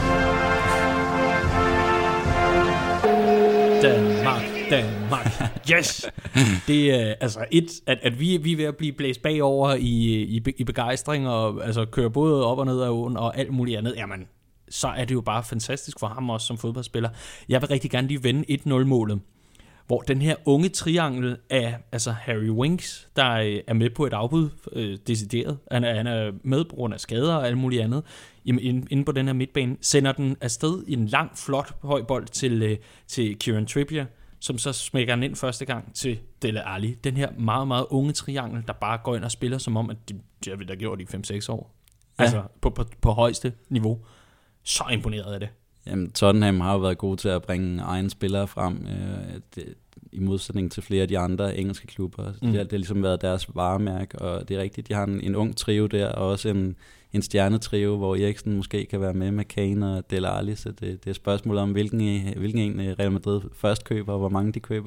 Danmark, Danmark, yes! Det er altså et, at, at vi, vi er ved at blive blæst bagover i, i, i begejstring, og altså køre både op og ned af åen, og alt muligt andet. Jamen, så er det jo bare fantastisk for ham også som fodboldspiller. Jeg vil rigtig gerne lige vende et nul-målet, hvor den her unge triangel af altså Harry Winks, der er med på et afbud, øh, decideret, han er, han er med på grund af skader og alt muligt andet, inde, inde på den her midtbane, sender den afsted i en lang, flot høj bold til, øh, til Kieran Trippier, som så smækker den ind første gang til Dele Alli. Den her meget, meget unge triangel, der bare går ind og spiller, som om, at de, de har vi da gjort i fem seks år. Ja. Altså på, på, på højeste niveau. Så imponeret af det. Jamen, Tottenham har jo været gode til at bringe egne spillere frem, øh, det, i modsætning til flere af de andre engelske klubber. Mm. Det, har, det har ligesom været deres varemærke, og det er rigtigt, de har en, en ung trio der, og også en, en stjernetrio, hvor Eriksen måske kan være med med Kane og Dele Alli, så det, det er et spørgsmål om, hvilken, hvilken en Real Madrid først køber, og hvor mange de køber.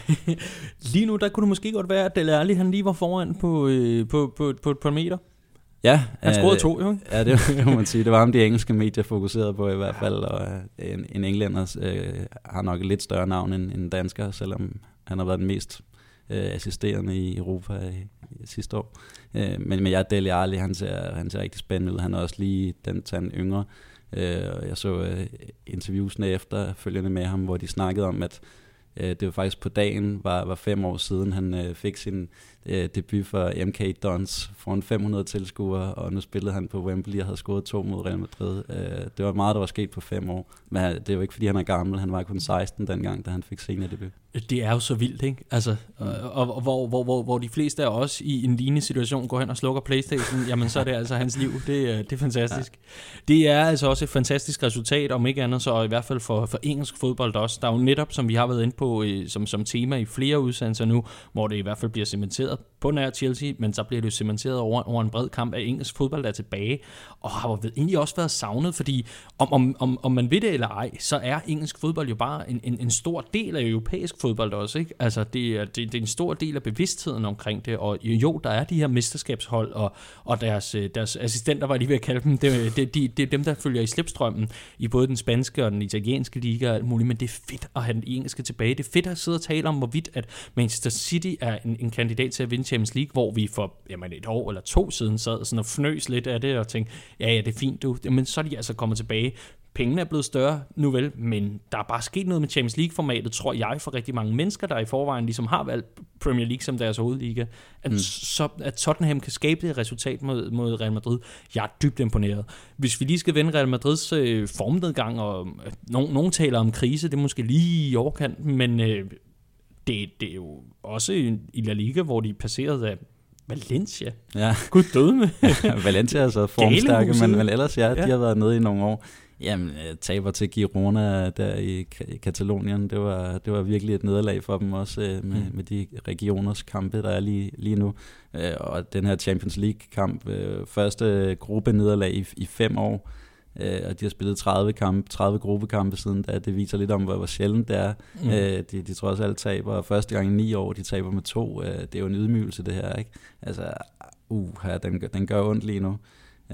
Lige nu, der kunne det måske godt være, at Dele Alli, han lige var foran på, øh, på, på, på, på et meter. Ja, han scorede to, jo. Ja, det må man sige. Det var ham, de engelske medier fokuserede på i hvert fald, og en, en englænder øh, har nok et lidt større navn end en dansker, selvom han har været den mest øh, assisterende i Europa i, i sidste år. Øh, men, men jeg er Dele Alli, han ser, han ser rigtig spændende ud. Han er også lige den tand yngre. Øh, jeg så øh, interviewsene efterfølgende med ham, hvor de snakkede om, at øh, det var faktisk på dagen, var, var fem år siden, han øh, fik sin øh, debut for M K Dons foran fem hundrede tilskuere, og nu spillede han på Wembley og havde scoret to mod Real Madrid. Øh, det var meget, der var sket på fem år, men det er jo ikke, fordi han er gammel. Han var kun seksten dengang, da han fik senior debut. Det er jo så vildt, ikke? Altså, mm. og, og hvor, hvor, hvor, hvor de fleste af os i en lignende situation går hen og slukker PlayStation, jamen så er det altså hans liv. Det, det er fantastisk. Ja. Det er altså også et fantastisk resultat, om ikke andet, så i hvert fald for, for engelsk fodbold også. Der er jo netop, som vi har været inde på som, som tema i flere udsendelser nu, hvor det i hvert fald bliver cementeret på nær Chelsea, men så bliver det jo cementeret over, over en bred kamp af engelsk fodbold, der er tilbage, og har jo egentlig også været savnet, fordi om, om, om, om man ved det eller ej, så er engelsk fodbold jo bare en, en, en stor del af europæisk fodbold også, ikke? Altså, det er, det, det er en stor del af bevidstheden omkring det, og jo, der er de her mesterskabshold, og, og deres, deres assistenter, var lige ved at kalde dem, det, det, det, det er dem, der følger i slipstrømmen, i både den spanske og den italienske liga og alt muligt, men det er fedt at have den engelske tilbage. Det er fedt at sidde og tale om, hvorvidt at Manchester City er en, en kandidat til at vinde Champions League, hvor vi for jamen, et år eller to siden sad sådan og fnøs lidt af det, og tænkte, ja, ja, det er fint, du. Men så er de altså kommet tilbage. Pengene er blevet større nu vel, men der er bare sket noget med Champions League-formatet, tror jeg, for rigtig mange mennesker, der i forvejen ligesom har valgt Premier League som deres hovedliga. At, mm. så, at Tottenham kan skabe det resultat mod, mod Real Madrid. Jeg er dybt imponeret. Hvis vi lige skal vende Real Madrids øh, formnedgang, og øh, nogen, nogen taler om krise, det er måske lige i overkanten, men øh, det, det er jo også i La Liga, hvor de passerede af Valencia. Ja. Gud døde med. Valencia er så formstærke, men, men ellers ja, ja, de har været nede i nogle år. Jamen, taber til Girona der i Katalonien, det var, det var virkelig et nederlag for dem også med, mm. med de regioners kampe, der er lige, lige nu. Og den her Champions League-kamp, første gruppenederlag i, i fem år, og de har spillet tredive kampe, tredive gruppekampe siden da. Det viser lidt om, hvor, hvor sjældent det er. Mm. De, de tror også alle taber, og første gang i ni år, de taber med to. Det er jo en ydmygelse, det her, ikke? Altså, uh, ja, den, den gør ondt lige nu.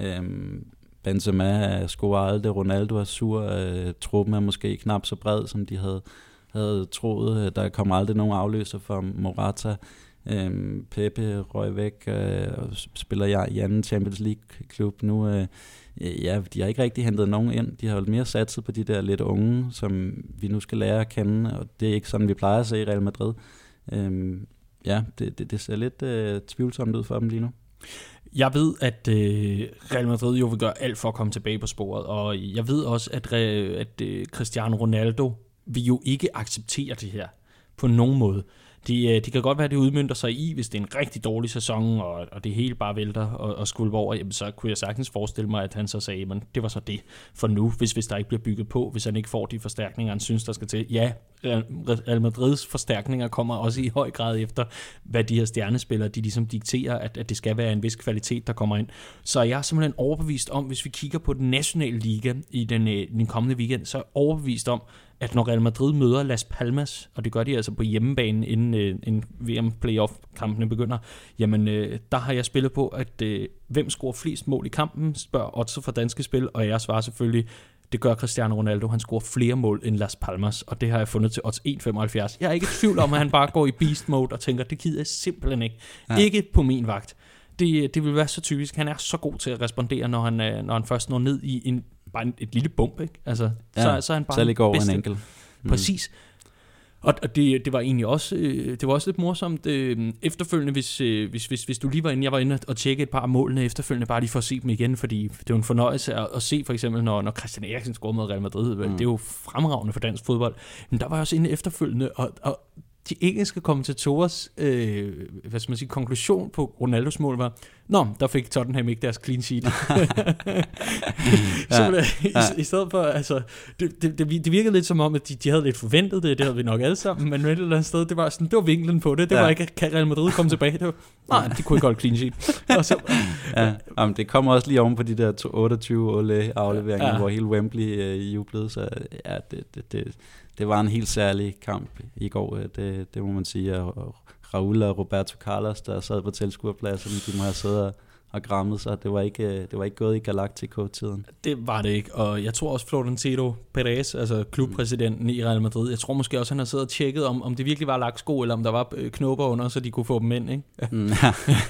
Um, Benzema scorer aldrig, Ronaldo er sur, uh, truppen er måske knap så bred, som de havde, havde troet. Der kommer aldrig nogen afløser for Morata. Um, Pepe røg væk uh, og spiller jeg i anden Champions League-klub nu. Uh, ja, de har ikke rigtig hentet nogen ind. De har jo mere satset på de der lidt unge, som vi nu skal lære at kende, og det er ikke sådan, vi plejer at se i Real Madrid. Um, ja, det, det, det ser lidt uh, tvivlsomt ud for dem lige nu. Jeg ved, at øh, Real Madrid jo vil gøre alt for at komme tilbage på sporet, og jeg ved også, at, at øh, Cristiano Ronaldo vil jo ikke acceptere det her på nogen måde. Det de kan godt være, at det udmønter sig i, hvis det er en rigtig dårlig sæson, og, og det hele bare vælter og, og skulper over, jamen, så kunne jeg sagtens forestille mig, at han så sagde, men det var så det for nu, hvis, hvis der ikke bliver bygget på, hvis han ikke får de forstærkninger, han synes, der skal til. Ja, Real Madrids forstærkninger kommer også i høj grad efter, hvad de her stjernespillere, de ligesom dikterer, at, at det skal være en vis kvalitet, der kommer ind. Så jeg er simpelthen overbevist om, hvis vi kigger på den nationale liga i den, den kommende weekend, så er jeg overbevist om, at når Real Madrid møder Las Palmas, og det gør de altså på hjemmebane, inden øh, en V M-playoff-kampene begynder, jamen øh, der har jeg spillet på, at øh, hvem scorer flest mål i kampen, spørger Otto fra Danske Spil, og jeg svarer selvfølgelig, det gør Cristiano Ronaldo, han scorer flere mål end Las Palmas, og det har jeg fundet til odds en komma femoghalvfjerds. Jeg er ikke i tvivl om, at han bare går i beast mode og tænker, det gider jeg simpelthen ikke. Ja. Ikke på min vagt. Det, det vil være så typisk. Han er så god til at respondere, når han, når han først når ned i en, bare en, et lille bump. Ikke? Altså, ja, så, så er han bare selv over en enkelt. Mm. Præcis. Og, og det, det var egentlig også, det var også lidt morsomt øh, efterfølgende, hvis, øh, hvis, hvis, hvis du lige var inde, jeg var inde og tjekke et par af målene efterfølgende, bare lige for at se dem igen, fordi det er jo en fornøjelse at, at se for eksempel, når, når Christian Eriksen scorede mod Real Madrid. Mm. Det er jo fremragende for dansk fodbold. Men der var jeg også inde efterfølgende, og, og de engelske kommentatorers øh, hvad skal man sige, konklusion på Ronaldos mål var, nå, der fik Tottenham ikke deres clean sheet. Så ja, i, ja. i stedet for, altså, det, det, det virkede lidt som om, at de, de havde lidt forventet det, det havde vi nok alle sammen, men et eller andet sted, det var sådan, det var vinklen på det, det ja. var ikke, kan Real Madrid komme tilbage, det var, nej, de kunne ikke holde clean sheet. Og så, ja, jamen, det kommer også lige oven på de der otteogtyve Ole-afleveringer, ja. hvor hele Wembley uh, jublede, så ja, det, det, det Det var en helt særlig kamp i går, det, det må man sige. Og Raul og Roberto Carlos, der sad på tilskuerpladsen, de må have siddet og grammet sig. Det var ikke, det var ikke gået i Galactico-tiden. Det var det ikke, og jeg tror også Florentino Perez, altså klubpræsidenten i Real Madrid, jeg tror måske også, han har siddet og tjekket, om, om det virkelig var lagt sko, eller om der var knopper under, så de kunne få dem ind, ikke? Mm, ja.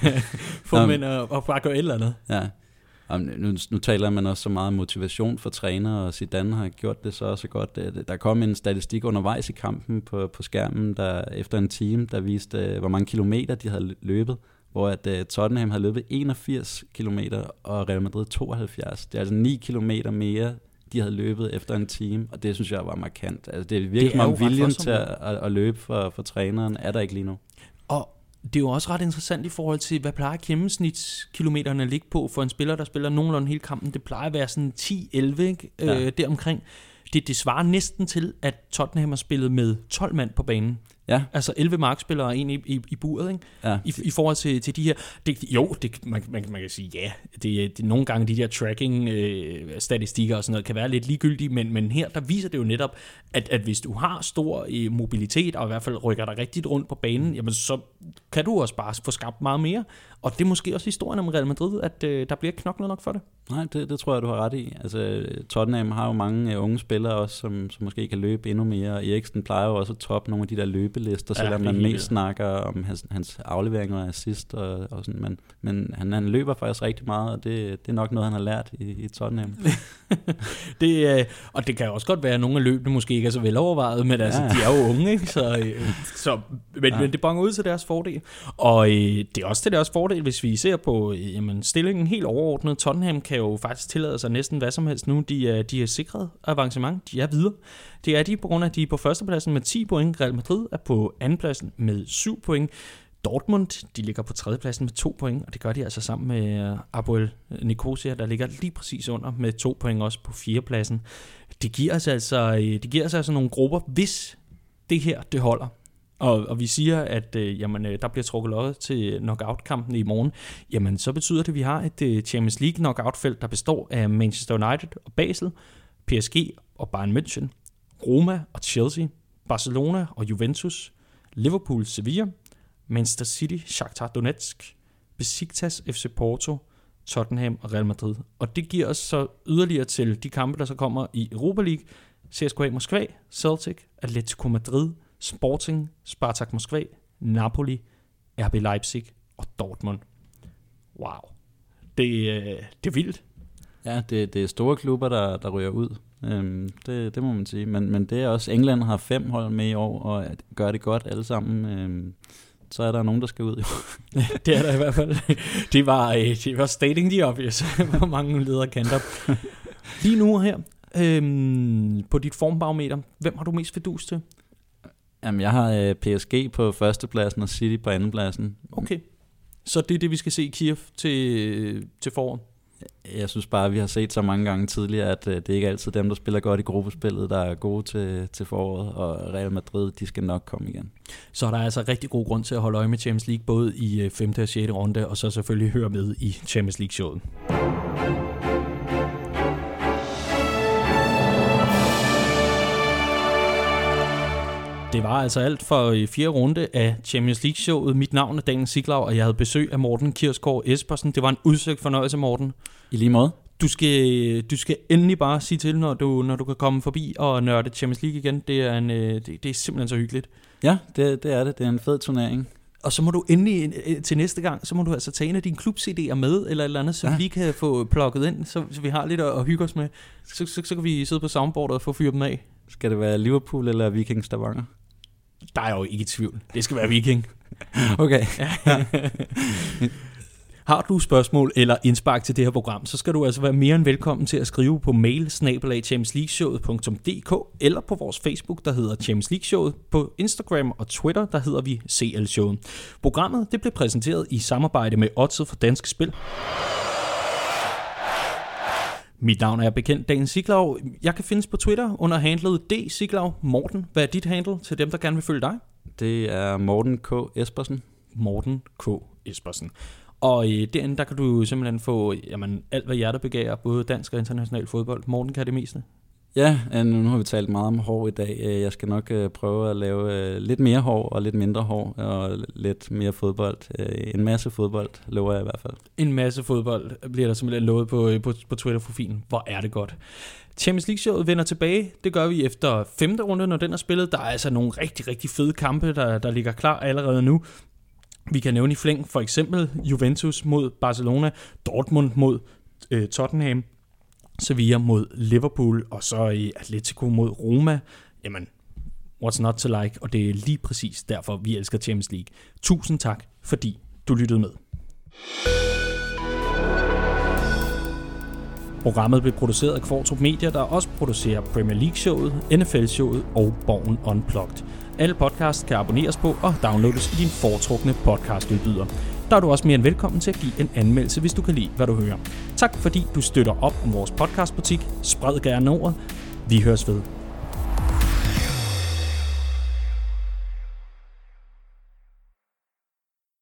få dem ind og, og bare gøre et eller andet. Ja. Nu, nu taler man også så meget om motivation for træner, og Zidane har gjort det så også godt. Der kom en statistik undervejs i kampen på, på skærmen, der efter en time, der viste, hvor mange kilometer de havde løbet, hvor at uh, Tottenham havde løbet enogfirs kilometer, og Real Madrid tooghalvfjerds. Det er altså ni kilometer mere, de havde løbet efter en time, og det synes jeg var markant. Altså, det er virkelig meget viljen til at, at, at løbe for, for træneren, er der ikke lige nu. Og det er jo også ret interessant i forhold til, hvad plejer gennemsnitskilometerne at ligge på for en spiller, der spiller nogenlunde hele kampen. Det plejer at være sådan ti elleve, ikke? Ja. Øh, deromkring. Det, det svarer næsten til, at Tottenham har spillet med tolv mand på banen. Ja. Altså elleve markspillere og en i, i, i buret, ikke? Ja. I, I forhold til, til de her. Det, jo, det, man, man, man kan sige ja. Det, det, nogle gange de der tracking-statistikker øh, og sådan noget kan være lidt ligegyldige, men, men her der viser det jo netop, at, at hvis du har stor øh, mobilitet, og i hvert fald rykker dig rigtigt rundt på banen, jamen så kan du også bare få skabt meget mere. Og det er måske også historien om Real Madrid, at øh, der bliver knoklet nok for det. Nej, det, det tror jeg, du har ret i. Altså, Tottenham har jo mange øh, unge spillere også, som, som måske kan løbe endnu mere. Eriksen plejer jo også at toppe nogle af de der løbelister, selvom ja, man mest det. snakker om hans, hans afleveringer og assist og, og sådan. Men, men han, han løber faktisk rigtig meget, og det, det er nok noget, han har lært i, i Tottenham. det, øh, og det kan også godt være, at nogle af løbene måske ikke er så velovervejet, men altså, ja. de er jo unge, ikke? Så, øh, så, men, ja. men det bonger ud til deres fordel. Og øh, det er også til deres fordel, hvis vi ser på øh, jamen, stillingen helt overordnet. Tottenham kan jo faktisk tillade sig næsten hvad som helst nu. De er, de er sikret avancement. De er videre. Det er de på grund af, at de er på førstepladsen med ti point. Real Madrid er på andenpladsen med syv point. Dortmund, de ligger på tredjepladsen med to point, og det gør de altså sammen med Apoel Nicosia, der ligger lige præcis under med to point også på fjerdepladsen. Det giver os altså, det giver os altså nogle grupper, hvis det her det holder. Og, og vi siger, at øh, jamen, øh, der bliver trukket lod til knockout-kampen i morgen, jamen så betyder det, at vi har et øh, Champions League knockout-felt, der består af Manchester United og Basel, P S G og Bayern München, Roma og Chelsea, Barcelona og Juventus, Liverpool, Sevilla, Manchester City, Shakhtar Donetsk, Besiktas, F C Porto, Tottenham og Real Madrid. Og det giver os så yderligere til de kampe, der så kommer i Europa League, C S K A Moskva, Celtic, Atletico Madrid, Sporting, Spartak Moskva, Napoli, R B Leipzig og Dortmund. Wow. Det, øh, det er vildt. Ja, det, det er store klubber, der, der ryger ud. Øhm, det, det må man sige. Men, men det er også, England har fem hold med i år, og gør det godt alle sammen. Øhm, så er der nogen, der skal ud. Det er der i hvert fald. Det var, det var stating the obvious, hvor mange ledere kanter. Lige nu her, øhm, på dit formbarometer, hvem har du mest fidus til? Jamen, jeg har øh, P S G på førstepladsen og City på andenpladsen. Okay. Så det er det, vi skal se i Kiev til, til foråret? Jeg synes bare, at vi har set så mange gange tidligere, at øh, det er ikke altid dem, der spiller godt i gruppespillet, der er gode til, til foråret, og Real Madrid, de skal nok komme igen. Så er der altså rigtig god grund til at holde øje med Champions League, både i femte og sjette runde, og så selvfølgelig høre med i Champions League-showet. Det var altså alt for fjerde runde af Champions League-showet. Mit navn er Daniel Siglau, og jeg havde besøg af Morten Kirsgaard Espersen. Det var en udsøgt fornøjelse, Morten. I lige måde. Du skal, du skal endelig bare sige til, når du, når du kan komme forbi og nørde Champions League igen. Det er, en, det, det er simpelthen så hyggeligt. Ja, det, det er det. Det er en fed turnering. Og så må du endelig til næste gang, så må du altså tage en af dine klub-C D'er med, eller et eller andet, så ja. vi kan få plukket ind, så, så vi har lidt at, at hygge os med. Så, så, så kan vi sidde på soundboardet og få fyret dem af. Skal det være Liverpool eller Viking Stavanger? Der er jo ikke i tvivl. Det skal være Viking. Okay. Har du spørgsmål eller indspark til det her program, så skal du altså være mere end velkommen til at skrive på mail snabel-a champions league showet punktum d k eller på vores Facebook, der hedder Champions League Showet, på Instagram og Twitter, der hedder vi C L Showet. Programmet det blev præsenteret i samarbejde med Oddset for Dansk Spil. Mit navn er bekendt Daniel Siglau. Jeg kan findes på Twitter under handlet D Siglau. Morten, hvad er dit handle til dem, der gerne vil følge dig? Det er Morten K. Espersen. Morten K. Espersen. Og øh, derinde, der kan du simpelthen få jamen, alt, hvad hjertet begærer, både dansk og international fodbold. Morten, kan det meste? Ja, nu har vi talt meget om hår i dag. Jeg skal nok prøve at lave lidt mere hår og lidt mindre hår og lidt mere fodbold. En masse fodbold lover jeg i hvert fald. En masse fodbold bliver der simpelthen lovet på, på, på Twitter-profilen. Hvor er det godt. Champions League-showet vender tilbage. Det gør vi efter femte runde, når den er spillet. Der er altså nogle rigtig, rigtig fede kampe, der, der ligger klar allerede nu. Vi kan nævne i flæng for eksempel Juventus mod Barcelona, Dortmund mod øh, Tottenham, Sevilla mod Liverpool, og så i Atletico mod Roma. Jamen, what's not to like? Og det er lige præcis derfor, vi elsker Champions League. Tusind tak, fordi du lyttede med. Programmet blev produceret af Kvartrup Media, der også producerer Premier League-showet, N F L-showet og Borgen Unplugged. Alle podcasts kan abonneres på og downloades i din foretrukne podcastudbyder. Der er du også mere end velkommen til at give en anmeldelse, hvis du kan lide, hvad du hører. Tak fordi du støtter op om vores podcastbutik. Spred gerne ordet. Vi høres ved.